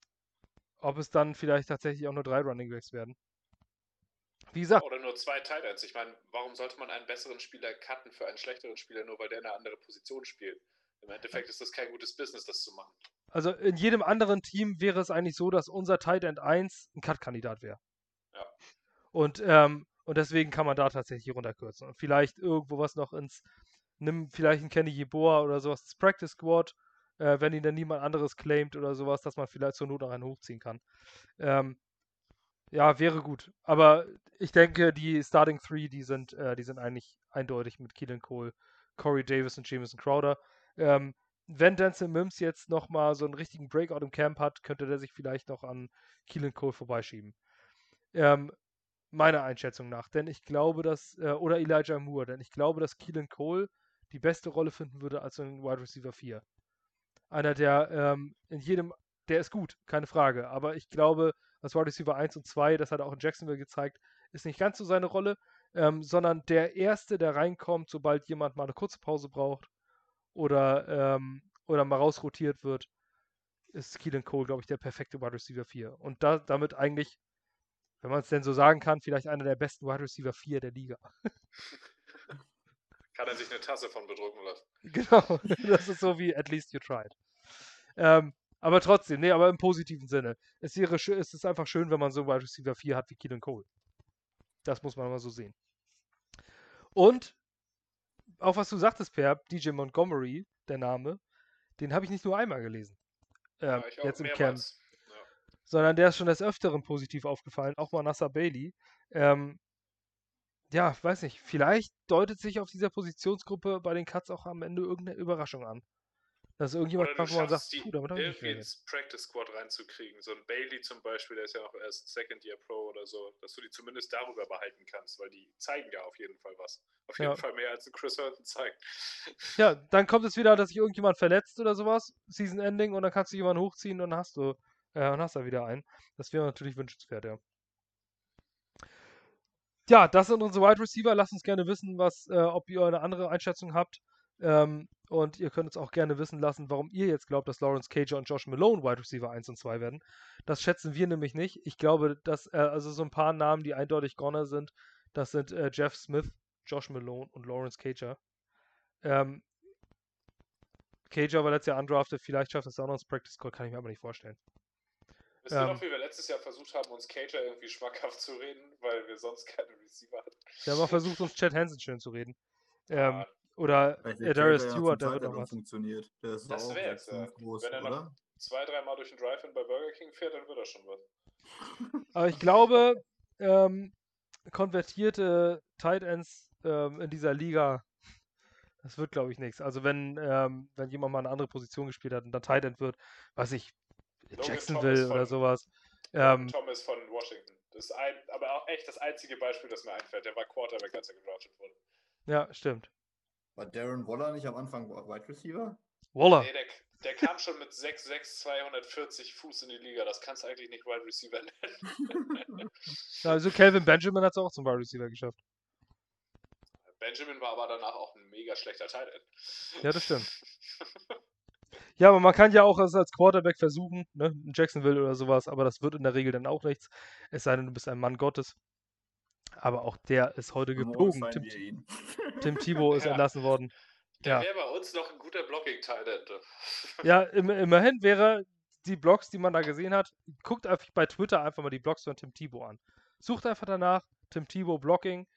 ob es dann vielleicht tatsächlich auch nur drei Running Backs werden. Wie gesagt, Oder nur zwei Tight Ends. Ich meine, warum sollte man einen besseren Spieler cutten für einen schlechteren Spieler, nur weil der eine andere Position spielt? Im Endeffekt ist das kein gutes Business, das zu machen. also in jedem anderen Team wäre es eigentlich so, dass unser Tight End eins ein Cut-Kandidat wäre. Ja. Und, ähm, und deswegen kann man da tatsächlich runterkürzen. Und vielleicht irgendwo was noch ins, nimm vielleicht einen Kenny Yeboah oder sowas, das Practice Squad, äh, wenn ihn dann niemand anderes claimt oder sowas, dass man vielleicht zur Not noch einen hochziehen kann. Ähm, ja, wäre gut. Aber ich denke, die Starting Three, die sind, äh, die sind eigentlich eindeutig mit Keelan Cole, Corey Davis und Jamison Crowder. Ähm, wenn Denzel Mims jetzt nochmal so einen richtigen Breakout im Camp hat, könnte der sich vielleicht noch an Keelan Cole vorbeischieben. Ähm, meiner Einschätzung nach. Denn ich glaube, dass, äh, oder Elijah Moore, denn ich glaube, dass Keelan Cole die beste Rolle finden würde als ein Wide Receiver vier. Einer, der ähm, in jedem, der ist gut, keine Frage. Aber ich glaube, als Wide Receiver eins und zwei, das hat er auch in Jacksonville gezeigt, ist nicht ganz so seine Rolle, ähm, sondern der Erste, der reinkommt, sobald jemand mal eine kurze Pause braucht oder, ähm, oder mal rausrotiert wird, ist Keelan Cole, glaube ich, der perfekte Wide Receiver vier. Und da, damit eigentlich, wenn man es denn so sagen kann, vielleicht einer der besten Wide Receiver vier der Liga. Kann er sich eine Tasse von bedrucken lassen. Genau, das ist so wie at least you tried. Ähm, aber trotzdem, nee, aber im positiven Sinne. Es, wäre, es ist einfach schön, wenn man so einen Wide Receiver vier hat wie Keelan Cole. Das muss man mal so sehen. Und, auch was du sagtest, Per, D J Montgomery, der Name, den habe ich nicht nur einmal gelesen. Ähm, Ja, ich auch jetzt im Camp. mehrmals. Ja. Sondern der ist schon des Öfteren positiv aufgefallen, auch mal Nasser Bailey. Ähm, ja, weiß nicht, vielleicht deutet sich auf dieser Positionsgruppe bei den Cuts auch am Ende irgendeine Überraschung an. Dass irgendjemand Oder du kommt, wo man sagt, schaffst die puh, damit habe ich nicht irgendwie gerechnet. ins Practice Squad reinzukriegen. So ein Bailey zum Beispiel, der ist ja auch erst Second Year Pro oder so, dass du die zumindest darüber behalten kannst, weil die zeigen ja auf jeden Fall was. Auf jeden Ja. Fall mehr als ein Chris Herndon zeigt. Ja, dann kommt es wieder, dass sich irgendjemand verletzt oder sowas, Season Ending, und dann kannst du jemanden hochziehen und dann hast du, äh, und hast da wieder einen. Das wäre natürlich wünschenswert, ja. Ja, das sind unsere Wide Receiver. Lasst uns gerne wissen, was, äh, ob ihr eine andere Einschätzung habt. Ähm, Und ihr könnt uns auch gerne wissen lassen, warum ihr jetzt glaubt, dass Lawrence Cager und Josh Malone Wide Receiver eins und zwei werden. Das schätzen wir nämlich nicht. Ich glaube, dass, äh, also so ein paar Namen, die eindeutig Goner sind, das sind äh, Jeff Smith, Josh Malone und Lawrence Cager. Ähm, Cager war letztes Jahr undrafted, vielleicht schafft es auch noch ins Practice Squad, kann ich mir aber nicht vorstellen. Wisst ihr Ähm, noch, wie wir letztes Jahr versucht haben, uns Cager irgendwie schmackhaft zu reden, weil wir sonst keine Receiver hatten? Wir haben auch versucht, uns Chad Hansen schön zu reden. Ähm, Ah, oder Vielleicht äh, der Darius Cater ja Stewart, zum der wird Tight End noch auch was. funktioniert. Der ist Das auch wär's, sechs Komma fünf ja. groß, Wenn er noch oder? zwei, dreimal durch den Drive-In bei Burger King fährt, dann wird er schon was. Aber ich glaube, ähm, konvertierte Tight Ends ähm, in dieser Liga, das wird, glaube ich, nichts. Also wenn, ähm, wenn jemand mal eine andere Position gespielt hat und dann Tight End wird, weiß ich, Logan Jacksonville Thomas oder von- sowas. Logan Ähm, Thomas von Washington. Das ist ein, aber auch echt das einzige Beispiel, das mir einfällt. Der war Quarterback, als er gedraftet wurde. ja, stimmt. War Darren Waller nicht am Anfang Wide Receiver? Waller. Nee, der, der kam schon mit sechs sechs, zweihundertvierzig Fuß in die Liga. Das kannst du eigentlich nicht Wide Receiver nennen. Ja, also Calvin Benjamin hat es auch zum Wide Receiver geschafft. Benjamin war aber danach auch ein mega schlechter Tight End. Ja, das stimmt. Ja, aber man kann ja auch es als Quarterback versuchen, ne? In Jacksonville oder sowas, aber das wird in der Regel dann auch nichts. Es sei denn, du bist ein Mann Gottes. Aber auch der ist heute Morgen geflogen. signen Tim, wir ihn. Tim Thibault ist Ja. entlassen worden. Der Ja. wäre bei uns noch ein guter Blocking-Tight End. Ja, im, immerhin wäre die Blogs, die man da gesehen hat, guckt einfach bei Twitter einfach mal die Blogs von Tim Thibault an. Sucht einfach danach Tim Thibault Blocking.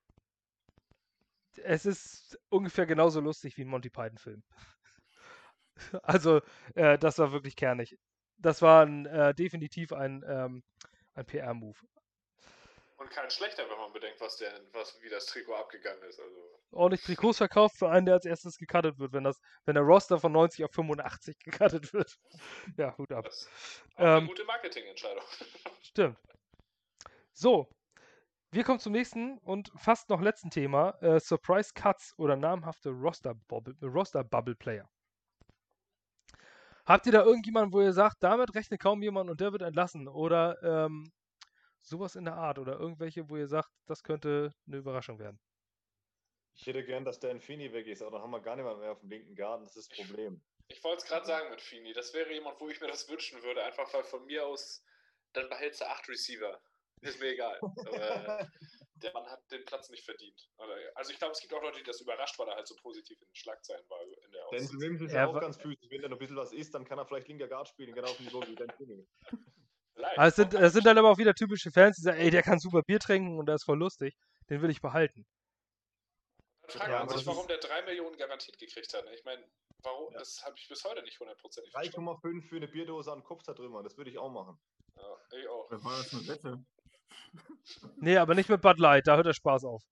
Es ist ungefähr genauso lustig wie ein Monty Python-Film. Also, äh, das war wirklich kernig. Das war ein, äh, definitiv ein, ähm, ein P R-Move. Und kein schlechter, wenn man bedenkt, was der, was, wie das Trikot abgegangen ist. Also, Ordentlich Trikots verkauft für einen, der als erstes gecuttet wird, wenn das, wenn der Roster von neunzig auf fünfundachtzig gecuttet wird. Ja, Hut ab. das ist auch eine Ähm, gute Marketingentscheidung. Stimmt. So, wir kommen zum nächsten und fast noch letzten Thema. Äh, Surprise Cuts oder namhafte Roster-Bubble Roster Bubble Player. Habt ihr da irgendjemanden, wo ihr sagt, damit rechnet kaum jemand und der wird entlassen? Oder ähm, sowas in der Art? Oder irgendwelche, wo ihr sagt, das könnte eine Überraschung werden? Ich hätte gern, dass Dan Feeney weg ist, aber dann haben wir gar niemand mehr auf dem linken Garten. Das ist das Problem. Ich wollte es gerade sagen mit Fini. Das wäre jemand, wo ich mir das wünschen würde. Einfach weil von mir aus, dann behältst du acht Receiver. Ist mir egal. Aber der Mann hat den Platz nicht verdient. Also ich glaube, es gibt auch Leute, die das überrascht, weil er halt so positiv in den Schlagzeilen war in der Dan Aussicht. Williams ist Er ja auch wa- ganz physisch. Wenn er noch ein bisschen was isst, dann kann er vielleicht linker Guard spielen, genau auf dem Niveau wie Dan Feeney. Vielleicht. Aber es sind, es sind dann aber auch wieder typische Fans, die sagen, ey, der kann super Bier trinken und der ist voll lustig. Den will ich behalten. Dann fragt Ja, man aber sich, das warum ist- der drei Millionen garantiert gekriegt hat. ne? Ich meine, warum? Ja. Das habe ich bis heute nicht hundertprozentig drei verstanden. Komma fünf für eine Bierdose an den Kopf zertrümmern, das würde ich auch machen. Ja, ich auch. Oder war das eine Wette? Nee, aber nicht mit Bud Light, da hört der Spaß auf.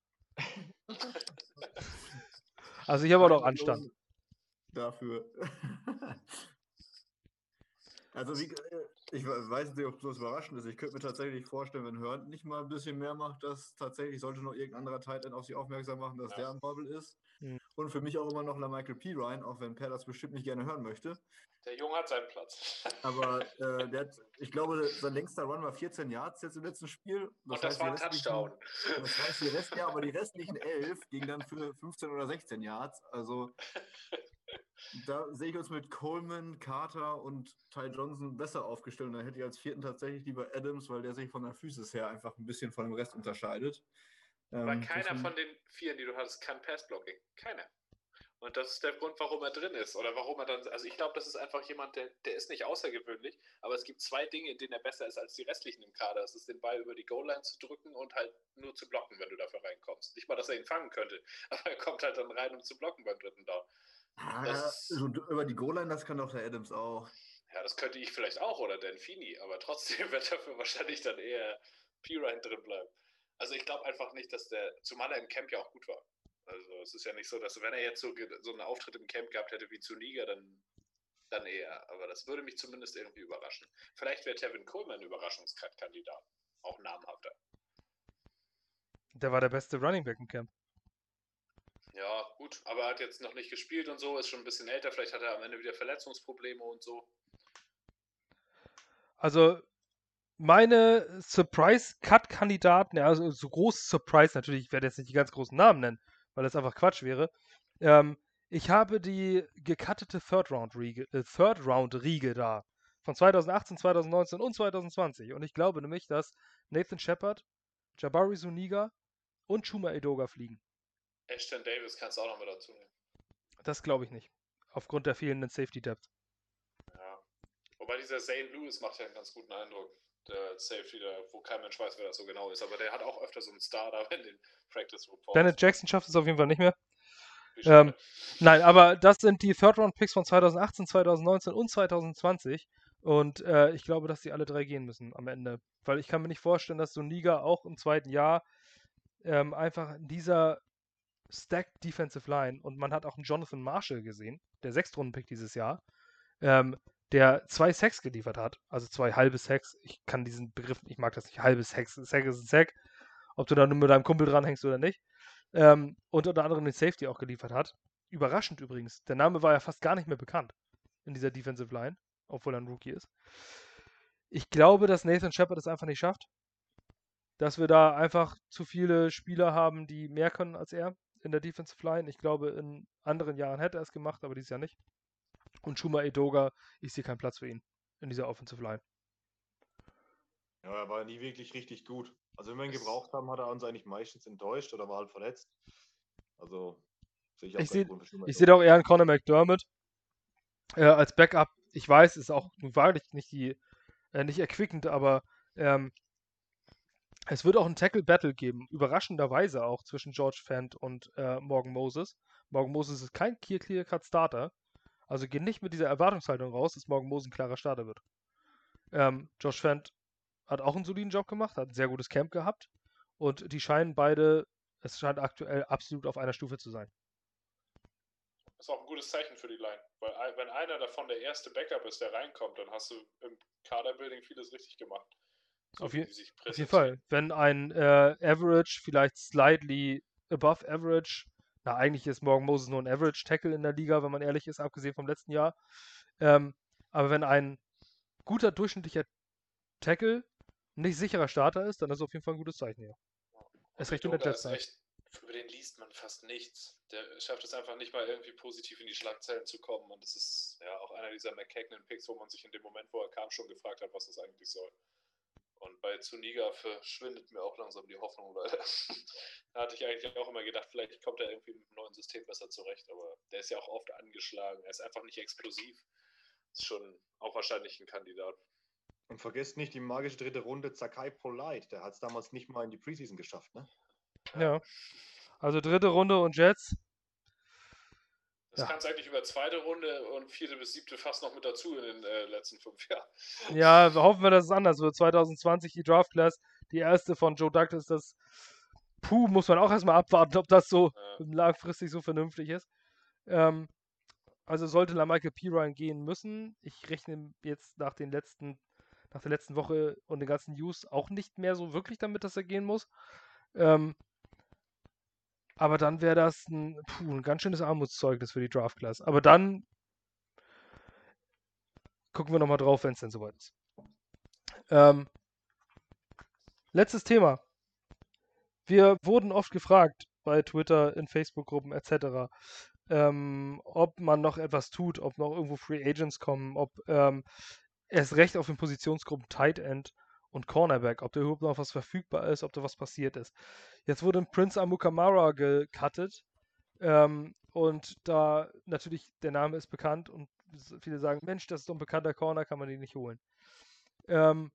Also ich habe auch noch Drei Anstand. Millionen Dafür. Also wie, äh, ich we- weiß nicht, ob es so überraschend ist. Ich könnte mir tatsächlich vorstellen, wenn Hurd nicht mal ein bisschen mehr macht, dass tatsächlich sollte noch irgendein anderer Tight End auf sich aufmerksam machen, dass Ja. der am Bubble ist. Hm. Und für mich auch immer noch Michael Pirine, auch wenn Per das bestimmt nicht gerne hören möchte. Der Junge hat seinen Platz. Aber äh, der hat, ich glaube, sein längster Run war vierzehn Yards jetzt im letzten Spiel. Und das heißt, war ein die restlichen- Touchdown. Das heißt, die Rest, ja, aber die restlichen elf gingen dann für fünfzehn oder sechzehn Yards. Also da sehe ich uns mit Coleman, Carter und Ty Johnson besser aufgestellt. Und da hätte ich als vierten tatsächlich lieber Adams, weil der sich von der Physis her einfach ein bisschen von dem Rest unterscheidet. Weil Ähm, keiner deswegen- von den vier, die du hattest, kann Passblocking. Keiner. Und das ist der Grund, warum er drin ist. Oder warum er dann. Also ich glaube, das ist einfach jemand, der, der ist nicht außergewöhnlich, aber es gibt zwei Dinge, in denen er besser ist als die restlichen im Kader. Das ist den Ball über die Goal-Line zu drücken und halt nur zu blocken, wenn du dafür reinkommst. Nicht mal, dass er ihn fangen könnte, aber er kommt halt dann rein, um zu blocken beim dritten Down. Ah, das- so über die Goal-Line, das kann doch der Adams auch. Ja, das könnte ich vielleicht auch oder Dan Feeney, aber trotzdem wird dafür wahrscheinlich dann eher Pirine drin bleiben. Also ich glaube einfach nicht, dass der, zumal er im Camp ja auch gut war. Also es ist ja nicht so, dass wenn er jetzt so, ge- so einen Auftritt im Camp gehabt hätte wie zu Liga, dann, dann eher. Aber das würde mich zumindest irgendwie überraschen. Vielleicht wäre Tevin Coleman ein Überraschungskandidat. Auch namhafter. Der war der beste Running Back im Camp. Ja, gut, aber er hat jetzt noch nicht gespielt und so, ist schon ein bisschen älter. Vielleicht hat er am Ende wieder Verletzungsprobleme und so. Also meine Surprise-Cut-Kandidaten, ja, also so groß Surprise natürlich, ich werde jetzt nicht die ganz großen Namen nennen, weil das einfach Quatsch wäre. Ähm, Ich habe die gecuttete Third-Round-Riege äh, Third-Round-Riege da von zweitausendachtzehn, zweitausendneunzehn und zweitausendzwanzig. Und ich glaube nämlich, dass Nathan Shepard, Jabari Zuniga und Chuma Edoga fliegen. Ashton Davis kannst du auch noch mit dazu nehmen. Das glaube ich nicht. Aufgrund der fehlenden Safety-Depth. Ja. Wobei dieser Zane Lewis macht ja einen ganz guten Eindruck. Der Safety, der, wo kein Mensch weiß, wer das so genau ist. Aber der hat auch öfter so einen Starter in den Practice Reports. Bennett Jackson schafft es auf jeden Fall nicht mehr. Wie schade. Ähm, nein, aber das sind die Third-Round-Picks von zweitausendachtzehn, zweitausendneunzehn und zweitausendzwanzig. Und äh, ich glaube, dass die alle drei gehen müssen am Ende. Weil ich kann mir nicht vorstellen, dass Zuniga auch im zweiten Jahr ähm, einfach in dieser Stacked Defensive Line, und man hat auch einen Jonathan Marshall gesehen, der Sechstrunden-Pick dieses Jahr, ähm, der zwei Sacks geliefert hat, also zwei halbe Sacks. Ich kann diesen Begriff, ich mag das nicht, halbe Sacks, Sack ist ein Sack, ob du da nur mit deinem Kumpel dranhängst oder nicht. Ähm, und unter anderem den Safety auch geliefert hat. Überraschend übrigens. Der Name war ja fast gar nicht mehr bekannt in dieser Defensive Line, obwohl er ein Rookie ist. Ich glaube, dass Nathan Shepard es einfach nicht schafft. Dass wir da einfach zu viele Spieler haben, die mehr können als er in der Defensive Line. Ich glaube, in anderen Jahren hätte er es gemacht, aber dieses Jahr nicht. Und Chuma Edoga, ich sehe keinen Platz für ihn in dieser Offensive Line. Ja, er war nie wirklich richtig gut. Also wenn wir ihn gebraucht haben, hat er uns eigentlich meistens enttäuscht oder war halt verletzt. Also sehe ich auch Ich keinen sehe Grund für Chuma ich Edoga. sehe da auch eher einen Conor McDermott äh, als Backup. Ich weiß, ist auch wahrlich nicht die äh, nicht erquickend, aber ähm, es wird auch ein Tackle-Battle geben, überraschenderweise auch zwischen George Fant und äh, Morgan Moses. Morgan Moses ist kein Clear-Cut-Starter, also geht nicht mit dieser Erwartungshaltung raus, dass Morgan Moses ein klarer Starter wird. Ähm, Josh Fant hat auch einen soliden Job gemacht, hat ein sehr gutes Camp gehabt und die scheinen beide, es scheint aktuell absolut auf einer Stufe zu sein. Das ist auch ein gutes Zeichen für die Line. Weil ein- wenn einer davon der erste Backup ist, der reinkommt, dann hast du im Kaderbuilding vieles richtig gemacht. So Auf wie je- die sich Auf jeden präsentieren. Fall. Wenn ein äh, Average, vielleicht slightly above Average, na, eigentlich ist Morgan Moses nur ein Average-Tackle in der Liga, wenn man ehrlich ist, abgesehen vom letzten Jahr. Ähm, aber wenn ein guter, durchschnittlicher Tackle nicht sicherer Starter ist, dann ist es auf jeden Fall ein gutes Zeichen hier. Erst recht in der Edoga ist Jetzeit. echt, über den liest man fast nichts. Der schafft es einfach nicht mal irgendwie positiv in die Schlagzeilen zu kommen. Und das ist ja auch einer dieser McKagan-Picks, wo man sich in dem Moment, wo er kam, schon gefragt hat, was das eigentlich soll. Und bei Zuniga verschwindet mir auch langsam die Hoffnung, weil da hatte ich eigentlich auch immer gedacht, vielleicht kommt er irgendwie mit dem neuen System besser zurecht, aber der ist ja auch oft angeschlagen. Er ist einfach nicht explosiv. Ist schon auch wahrscheinlich ein Kandidat. Und vergesst nicht die magische dritte Runde, Zakai Polite. Der hat es damals nicht mal in die Preseason geschafft, ne? Ja. Also dritte Runde und Jets. Das Ja. kannst du eigentlich über zweite Runde und vierte bis siebte fast noch mit dazu in den äh, letzten fünf Jahren. Ja, wir hoffen wir, dass es anders wird. zwanzig zwanzig die Draft Class, die erste von Joe Douglas, das puh, muss man auch erstmal abwarten, ob das so Ja. langfristig so vernünftig ist. Ähm, also sollte LaMichael Pirine gehen müssen. Ich rechne jetzt nach den letzten, nach der letzten Woche und den ganzen News auch nicht mehr so wirklich damit, dass er gehen muss. Ähm, aber dann wäre das ein, puh, ein ganz schönes Armutszeugnis für die Draft Class. Aber dann gucken wir nochmal drauf, wenn es denn soweit ist. Ähm, letztes Thema. Wir wurden oft gefragt bei Twitter, in Facebook-Gruppen et cetera, ähm, ob man noch etwas tut, ob noch irgendwo Free Agents kommen, ob ähm, erst recht auf den Positionsgruppen Tight End und Cornerback, ob da überhaupt noch was verfügbar ist, ob da was passiert ist. Jetzt wurde Prince Amukamara gecuttet ähm, und da natürlich der Name ist bekannt und viele sagen, Mensch, das ist doch ein bekannter Corner, kann man den nicht holen. Ähm,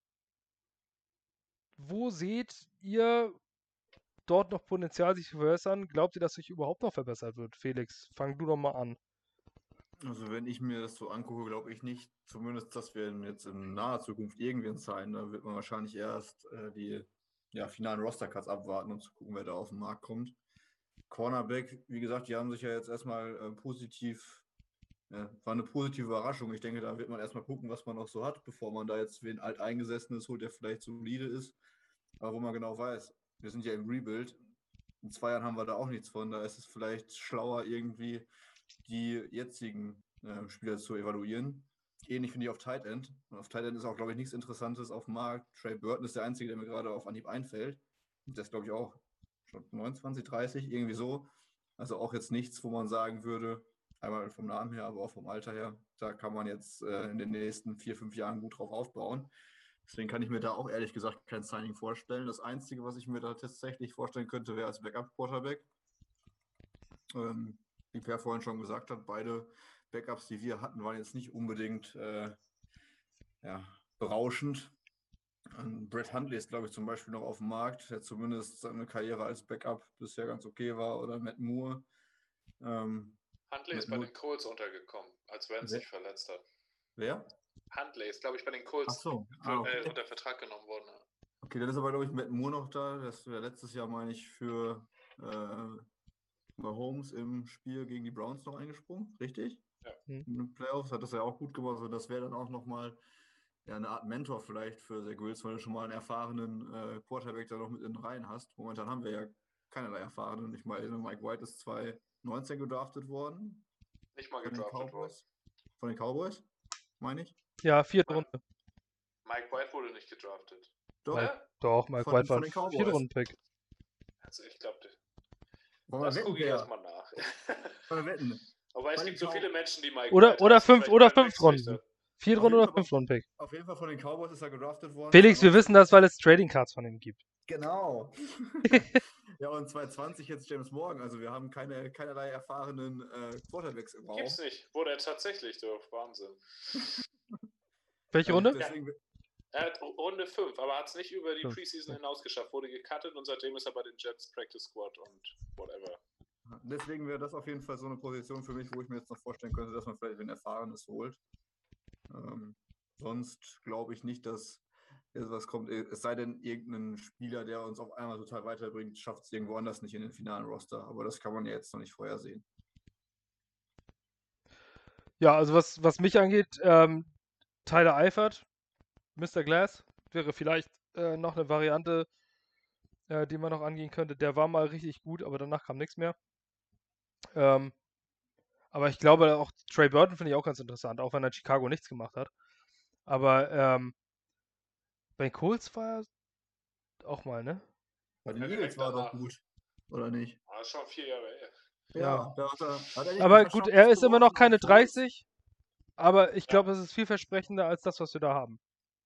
wo seht ihr dort noch Potenzial, sich zu verbessern? Glaubt ihr, dass sich überhaupt noch verbessert wird? Felix, fang du doch mal an. Also wenn ich mir das so angucke, glaube ich nicht, zumindest, dass wir jetzt in naher Zukunft irgendwen sein. Da wird man wahrscheinlich erst äh, die ja, finalen Roster-Cuts abwarten, um zu gucken, wer da auf den Markt kommt. Cornerback, wie gesagt, die haben sich ja jetzt erstmal äh, positiv, ja, war eine positive Überraschung. Ich denke, da wird man erstmal gucken, was man noch so hat, bevor man da jetzt wen Alteingesessenes holt, der vielleicht solide ist. Aber wo man genau weiß, wir sind ja im Rebuild. In zwei Jahren haben wir da auch nichts von. Da ist es vielleicht schlauer, irgendwie die jetzigen äh, Spieler zu evaluieren. Ähnlich finde ich auf Tight End. Und auf Tight End ist auch, glaube ich, nichts Interessantes auf dem Markt. Trey Burton ist der Einzige, der mir gerade auf Anhieb einfällt. Der ist, glaube ich, auch schon neunundzwanzig, dreißig, irgendwie so. Also auch jetzt nichts, wo man sagen würde, einmal vom Namen her, aber auch vom Alter her, da kann man jetzt äh, in den nächsten vier, fünf Jahren gut drauf aufbauen. Deswegen kann ich mir da auch ehrlich gesagt kein Signing vorstellen. Das Einzige, was ich mir da tatsächlich vorstellen könnte, wäre als Backup-Quarterback. Ähm, wie Per vorhin schon gesagt hat, beide Backups, die wir hatten, waren jetzt nicht unbedingt äh, ja, berauschend. Ähm, Brett Hundley ist, glaube ich, zum Beispiel noch auf dem Markt, der zumindest seine Karriere als Backup bisher ganz okay war. Oder Matt Moore. Ähm, Huntley Matt ist bei Moore. den Colts untergekommen, als Vance Wer? sich verletzt hat. Wer? Huntley ist, glaube ich, bei den Ach Colts so. für, Ah, okay. äh, unter Vertrag genommen worden. Ja. Okay, dann ist aber, glaube ich, Matt Moore noch da. Das wäre letztes Jahr, meine ich, für äh, Mahomes im Spiel gegen die Browns noch eingesprungen. Richtig? Ja. In den Playoffs hat das ja auch gut gemacht. Also das wäre dann auch nochmal ja, eine Art Mentor vielleicht für Zach Wilson, weil du schon mal einen erfahrenen äh, Quarterback da noch mit in den Reihen hast. Momentan haben wir ja keinerlei erfahrenen. Ich meine, Mike White ist zwanzig neunzehn gedraftet worden. Nicht mal Von den gedraftet worden. Cowboys. Von den Cowboys, meine ich. Ja, vierte Mike, Runde. Mike White wurde nicht gedraftet. Doch, Oder? Doch, Mike von, White war von den vierte Cowboys. Runden-Pick. Also ich glaube, Wollen wir das wetten, gucke ich wer? erstmal nach. Wollen wir wetten? Aber es Bei gibt den so Cow- viele Menschen, die Mike Oder, White oder heißen. fünf, Vielleicht oder verwechsel fünf ich Runden. das. Vierte Auf Runde jeden oder Fall- fünf Runden-Pick. Auf jeden Fall von den Cowboys ist er gedraftet worden. Felix, wir wissen das, zweitausendneunzehn. weil es Trading Cards von ihm gibt. Genau. Ja, und zwanzig zwanzig jetzt James Morgan. Also wir haben keine, keinerlei erfahrenen äh, Quarterbacks im Raum. Gibt's nicht. Wurde er tatsächlich, du Wahnsinn. Welche Ja, Runde? deswegen, Er hat Runde fünf, aber hat es nicht über die Fünf. Preseason hinaus geschafft. Wurde gecuttet und seitdem ist er bei den Jets Practice Squad und whatever. deswegen wäre das auf jeden Fall so eine Position für mich, wo ich mir jetzt noch vorstellen könnte, dass man vielleicht ein Erfahrenes holt. Ähm, sonst glaube ich nicht, dass jetzt was kommt. Es sei denn, irgendein Spieler, der uns auf einmal total weiterbringt, schafft es irgendwo anders nicht in den finalen Roster. Aber das kann man ja jetzt noch nicht vorhersehen. Ja, also was, was mich angeht, ähm, Tyler Eifert, Mister Glass, wäre vielleicht äh, noch eine Variante, äh, die man noch angehen könnte. Der war mal richtig gut, aber danach kam nichts mehr. Ähm, aber ich glaube auch, Trey Burton finde ich auch ganz interessant, auch wenn er in Chicago nichts gemacht hat. Aber ähm, bei den Colts war er auch mal, ne? Bei den Ja, Eagles direkt war er doch danach. gut. Oder nicht? Ah, ist schon vier Jahre her. Ja, Ja. da hat er, hat er nicht Aber ein paar gut, Chancen er ist immer noch geworfen keine auf Foles? dreißig, aber ich Ja. glaube, es ist vielversprechender als das, was wir da haben.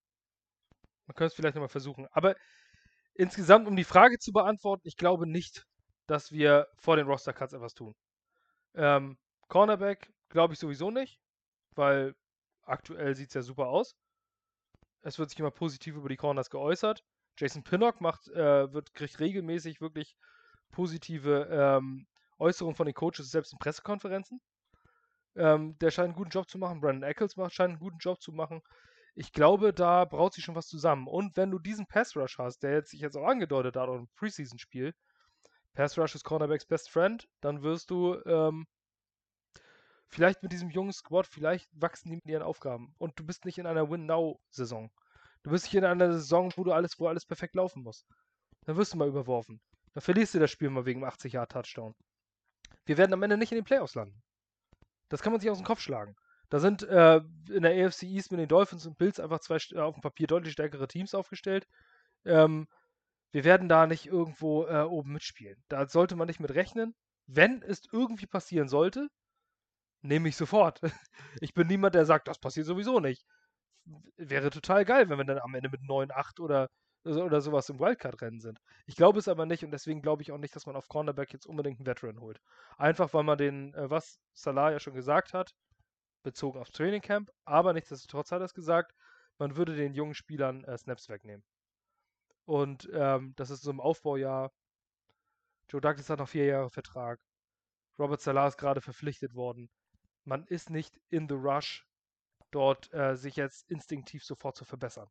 Man könnte es vielleicht nochmal versuchen. Aber insgesamt, um die Frage zu beantworten, ich glaube nicht, dass wir vor den Roster-Cuts etwas tun. Ähm, Cornerback glaube ich sowieso nicht, weil aktuell sieht es ja super aus. Es wird sich immer positiv über die Corners geäußert. Jason Pinnock macht, äh, wird, kriegt regelmäßig wirklich positive ähm, Äußerungen von den Coaches, selbst in Pressekonferenzen. Ähm, der scheint einen guten Job zu machen. Brandon Eccles macht, scheint einen guten Job zu machen. Ich glaube, da braut sich schon was zusammen. Und wenn du diesen Pass Rush hast, der jetzt sich jetzt auch angedeutet hat im Preseason-Spiel, Pass Rush ist Cornerbacks Best Friend, dann wirst du ähm, vielleicht mit diesem jungen Squad, vielleicht wachsen die mit ihren Aufgaben. Und du bist nicht in einer Win-Now-Saison. Du bist nicht in einer Saison, wo du alles, wo alles perfekt laufen muss. Dann wirst du mal überworfen. Dann verlierst du das Spiel mal wegen achtzig Yard Touchdown. Wir werden am Ende nicht in den Playoffs landen. Das kann man sich aus dem Kopf schlagen. Da sind äh, in der A F C East mit den Dolphins und Bills einfach zwei äh, auf dem Papier deutlich stärkere Teams aufgestellt. Ähm, wir werden da nicht irgendwo äh, oben mitspielen. Da sollte man nicht mit rechnen. Wenn es irgendwie passieren sollte, nehme ich sofort. Ich bin niemand, der sagt, das passiert sowieso nicht. Wäre total geil, wenn wir dann am Ende mit neun acht oder, oder sowas im Wildcard-Rennen sind. Ich glaube es aber nicht und deswegen glaube ich auch nicht, dass man auf Cornerback jetzt unbedingt einen Veteran holt. Einfach, weil man den, äh, was Salah ja schon gesagt hat, bezogen aufs Trainingcamp, aber nichtsdestotrotz hat er es gesagt, man würde den jungen Spielern äh, Snaps wegnehmen. Und ähm, das ist so im Aufbaujahr. Joe Douglas hat noch vier Jahre Vertrag. Robert Salah ist gerade verpflichtet worden. Man ist nicht in the rush, dort äh, sich jetzt instinktiv sofort zu verbessern.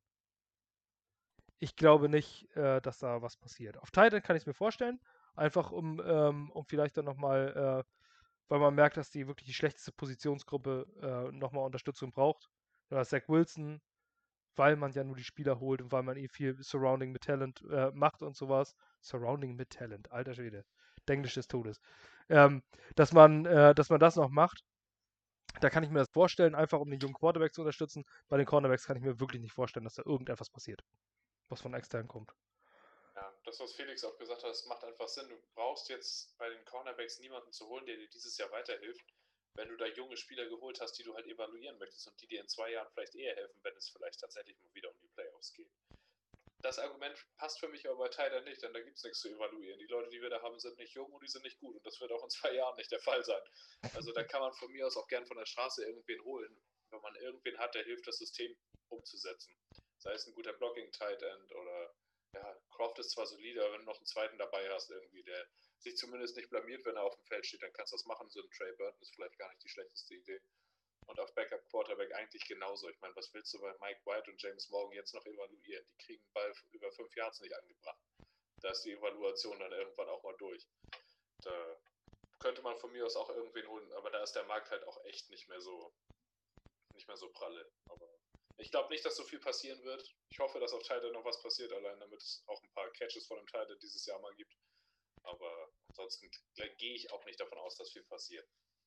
Ich glaube nicht, äh, dass da was passiert. Auf Titan kann ich es mir vorstellen, einfach um, ähm, um vielleicht dann nochmal, äh, weil man merkt, dass die wirklich die schlechteste Positionsgruppe äh, nochmal Unterstützung braucht. Da ist Zach Wilson, weil man ja nur die Spieler holt und weil man eh viel Surrounding mit Talent äh, macht und sowas. Surrounding mit Talent, alter Schwede. Englisch des Todes. Ähm, dass man, äh, dass man das noch macht. Da kann ich mir das vorstellen, einfach um den jungen Quarterback zu unterstützen. Bei den Cornerbacks kann ich mir wirklich nicht vorstellen, dass da irgendetwas passiert, was von extern kommt. Ja, das, was Felix auch gesagt hat, das macht einfach Sinn. Du brauchst jetzt bei den Cornerbacks niemanden zu holen, der dir dieses Jahr weiterhilft, wenn du da junge Spieler geholt hast, die du halt evaluieren möchtest und die dir in zwei Jahren vielleicht eher helfen, wenn es vielleicht tatsächlich mal wieder um die Playoffs geht. Das Argument passt für mich aber bei Tyler nicht, denn da gibt es nichts zu evaluieren. Die Leute, die wir da haben, sind nicht jung und die sind nicht gut und das wird auch in zwei Jahren nicht der Fall sein. Also da kann man von mir aus auch gern von der Straße irgendwen holen, wenn man irgendwen hat, der hilft, das System umzusetzen. Sei es ein guter Blocking-Tight End oder ja, Croft ist zwar solide, aber wenn du noch einen zweiten dabei hast irgendwie, der sich zumindest nicht blamiert, wenn er auf dem Feld steht, dann kannst du das machen. So ein Trey Burton ist vielleicht gar nicht die schlechteste Idee. Und auf Backup Quarterback eigentlich genauso. Ich meine, was willst du bei Mike White und James Morgan jetzt noch evaluieren? Die kriegen den Ball über fünf Yards nicht angebracht. Da ist die Evaluation dann irgendwann auch mal durch. Da könnte man von mir aus auch irgendwen holen, aber da ist der Markt halt auch echt nicht mehr so nicht mehr so pralle. Aber ich glaube nicht, dass so viel passieren wird. Ich hoffe, dass auf Titan noch was passiert, allein damit es auch ein paar Catches von dem Titan dieses Jahr mal gibt. Aber ansonsten gehe ich auch nicht davon aus, dass viel passiert.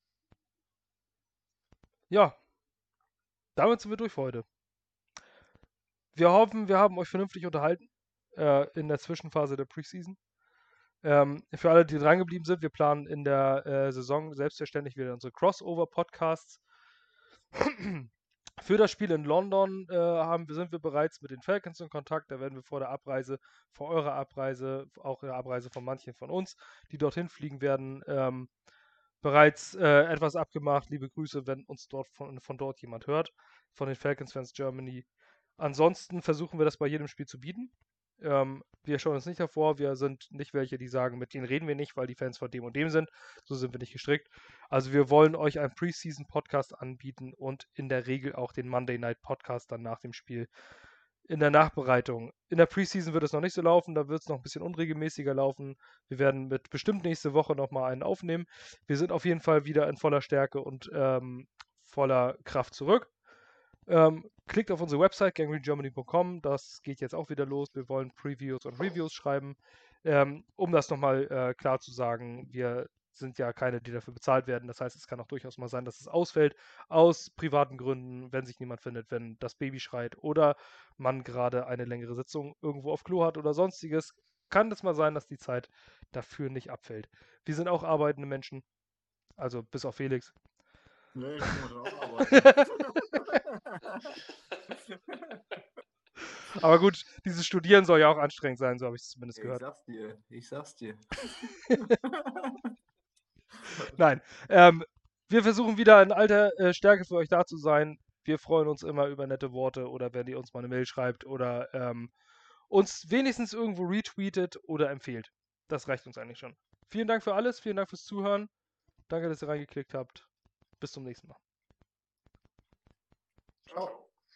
Ja, damit sind wir durch für heute. Wir hoffen, wir haben euch vernünftig unterhalten äh, in der Zwischenphase der Preseason. Ähm, für alle, die dran geblieben sind, wir planen in der äh, Saison selbstverständlich wieder unsere Crossover-Podcasts. Für das Spiel in London äh, haben, sind wir bereits mit den Falcons in Kontakt. Da werden wir vor der Abreise, vor eurer Abreise, auch der Abreise von manchen von uns, die dorthin fliegen werden, ähm, bereits äh, etwas abgemacht. Liebe Grüße, wenn uns dort von, von dort jemand hört, von den Falcons Fans Germany. Ansonsten versuchen wir das bei jedem Spiel zu bieten. Ähm, wir schauen uns nicht hervor, wir sind nicht welche, die sagen, mit denen reden wir nicht, weil die Fans von dem und dem sind. So sind wir nicht gestrickt. Also wir wollen euch einen Preseason-Podcast anbieten und in der Regel auch den Monday Night Podcast dann nach dem Spiel in der Nachbereitung. In der Preseason wird es noch nicht so laufen, da wird es noch ein bisschen unregelmäßiger laufen. Wir werden mit bestimmt nächste Woche nochmal einen aufnehmen. Wir sind auf jeden Fall wieder in voller Stärke und ähm, voller Kraft zurück. Ähm, klickt auf unsere Website, gangrene germany punkt com, das geht jetzt auch wieder los. Wir wollen Previews und Reviews schreiben. Ähm, um das nochmal äh, klar zu sagen, wir sind ja keine, die dafür bezahlt werden. Das heißt, es kann auch durchaus mal sein, dass es ausfällt, aus privaten Gründen, wenn sich niemand findet, wenn das Baby schreit oder man gerade eine längere Sitzung irgendwo auf Klo hat oder sonstiges. Kann es mal sein, dass die Zeit dafür nicht abfällt. Wir sind auch arbeitende Menschen, also bis auf Felix. Nee, ich muss auch arbeiten. Aber gut, dieses Studieren soll ja auch anstrengend sein, so habe ich es zumindest Ich gehört. sag's dir, ich sag's dir. Nein, ähm, wir versuchen wieder in alter äh, Stärke für euch da zu sein. Wir freuen uns immer über nette Worte oder wenn ihr uns mal eine Mail schreibt oder ähm, uns wenigstens irgendwo retweetet oder empfehlt. Das reicht uns eigentlich schon. Vielen Dank für alles, vielen Dank fürs Zuhören. Danke, dass ihr reingeklickt habt. Bis zum nächsten Mal. Ciao.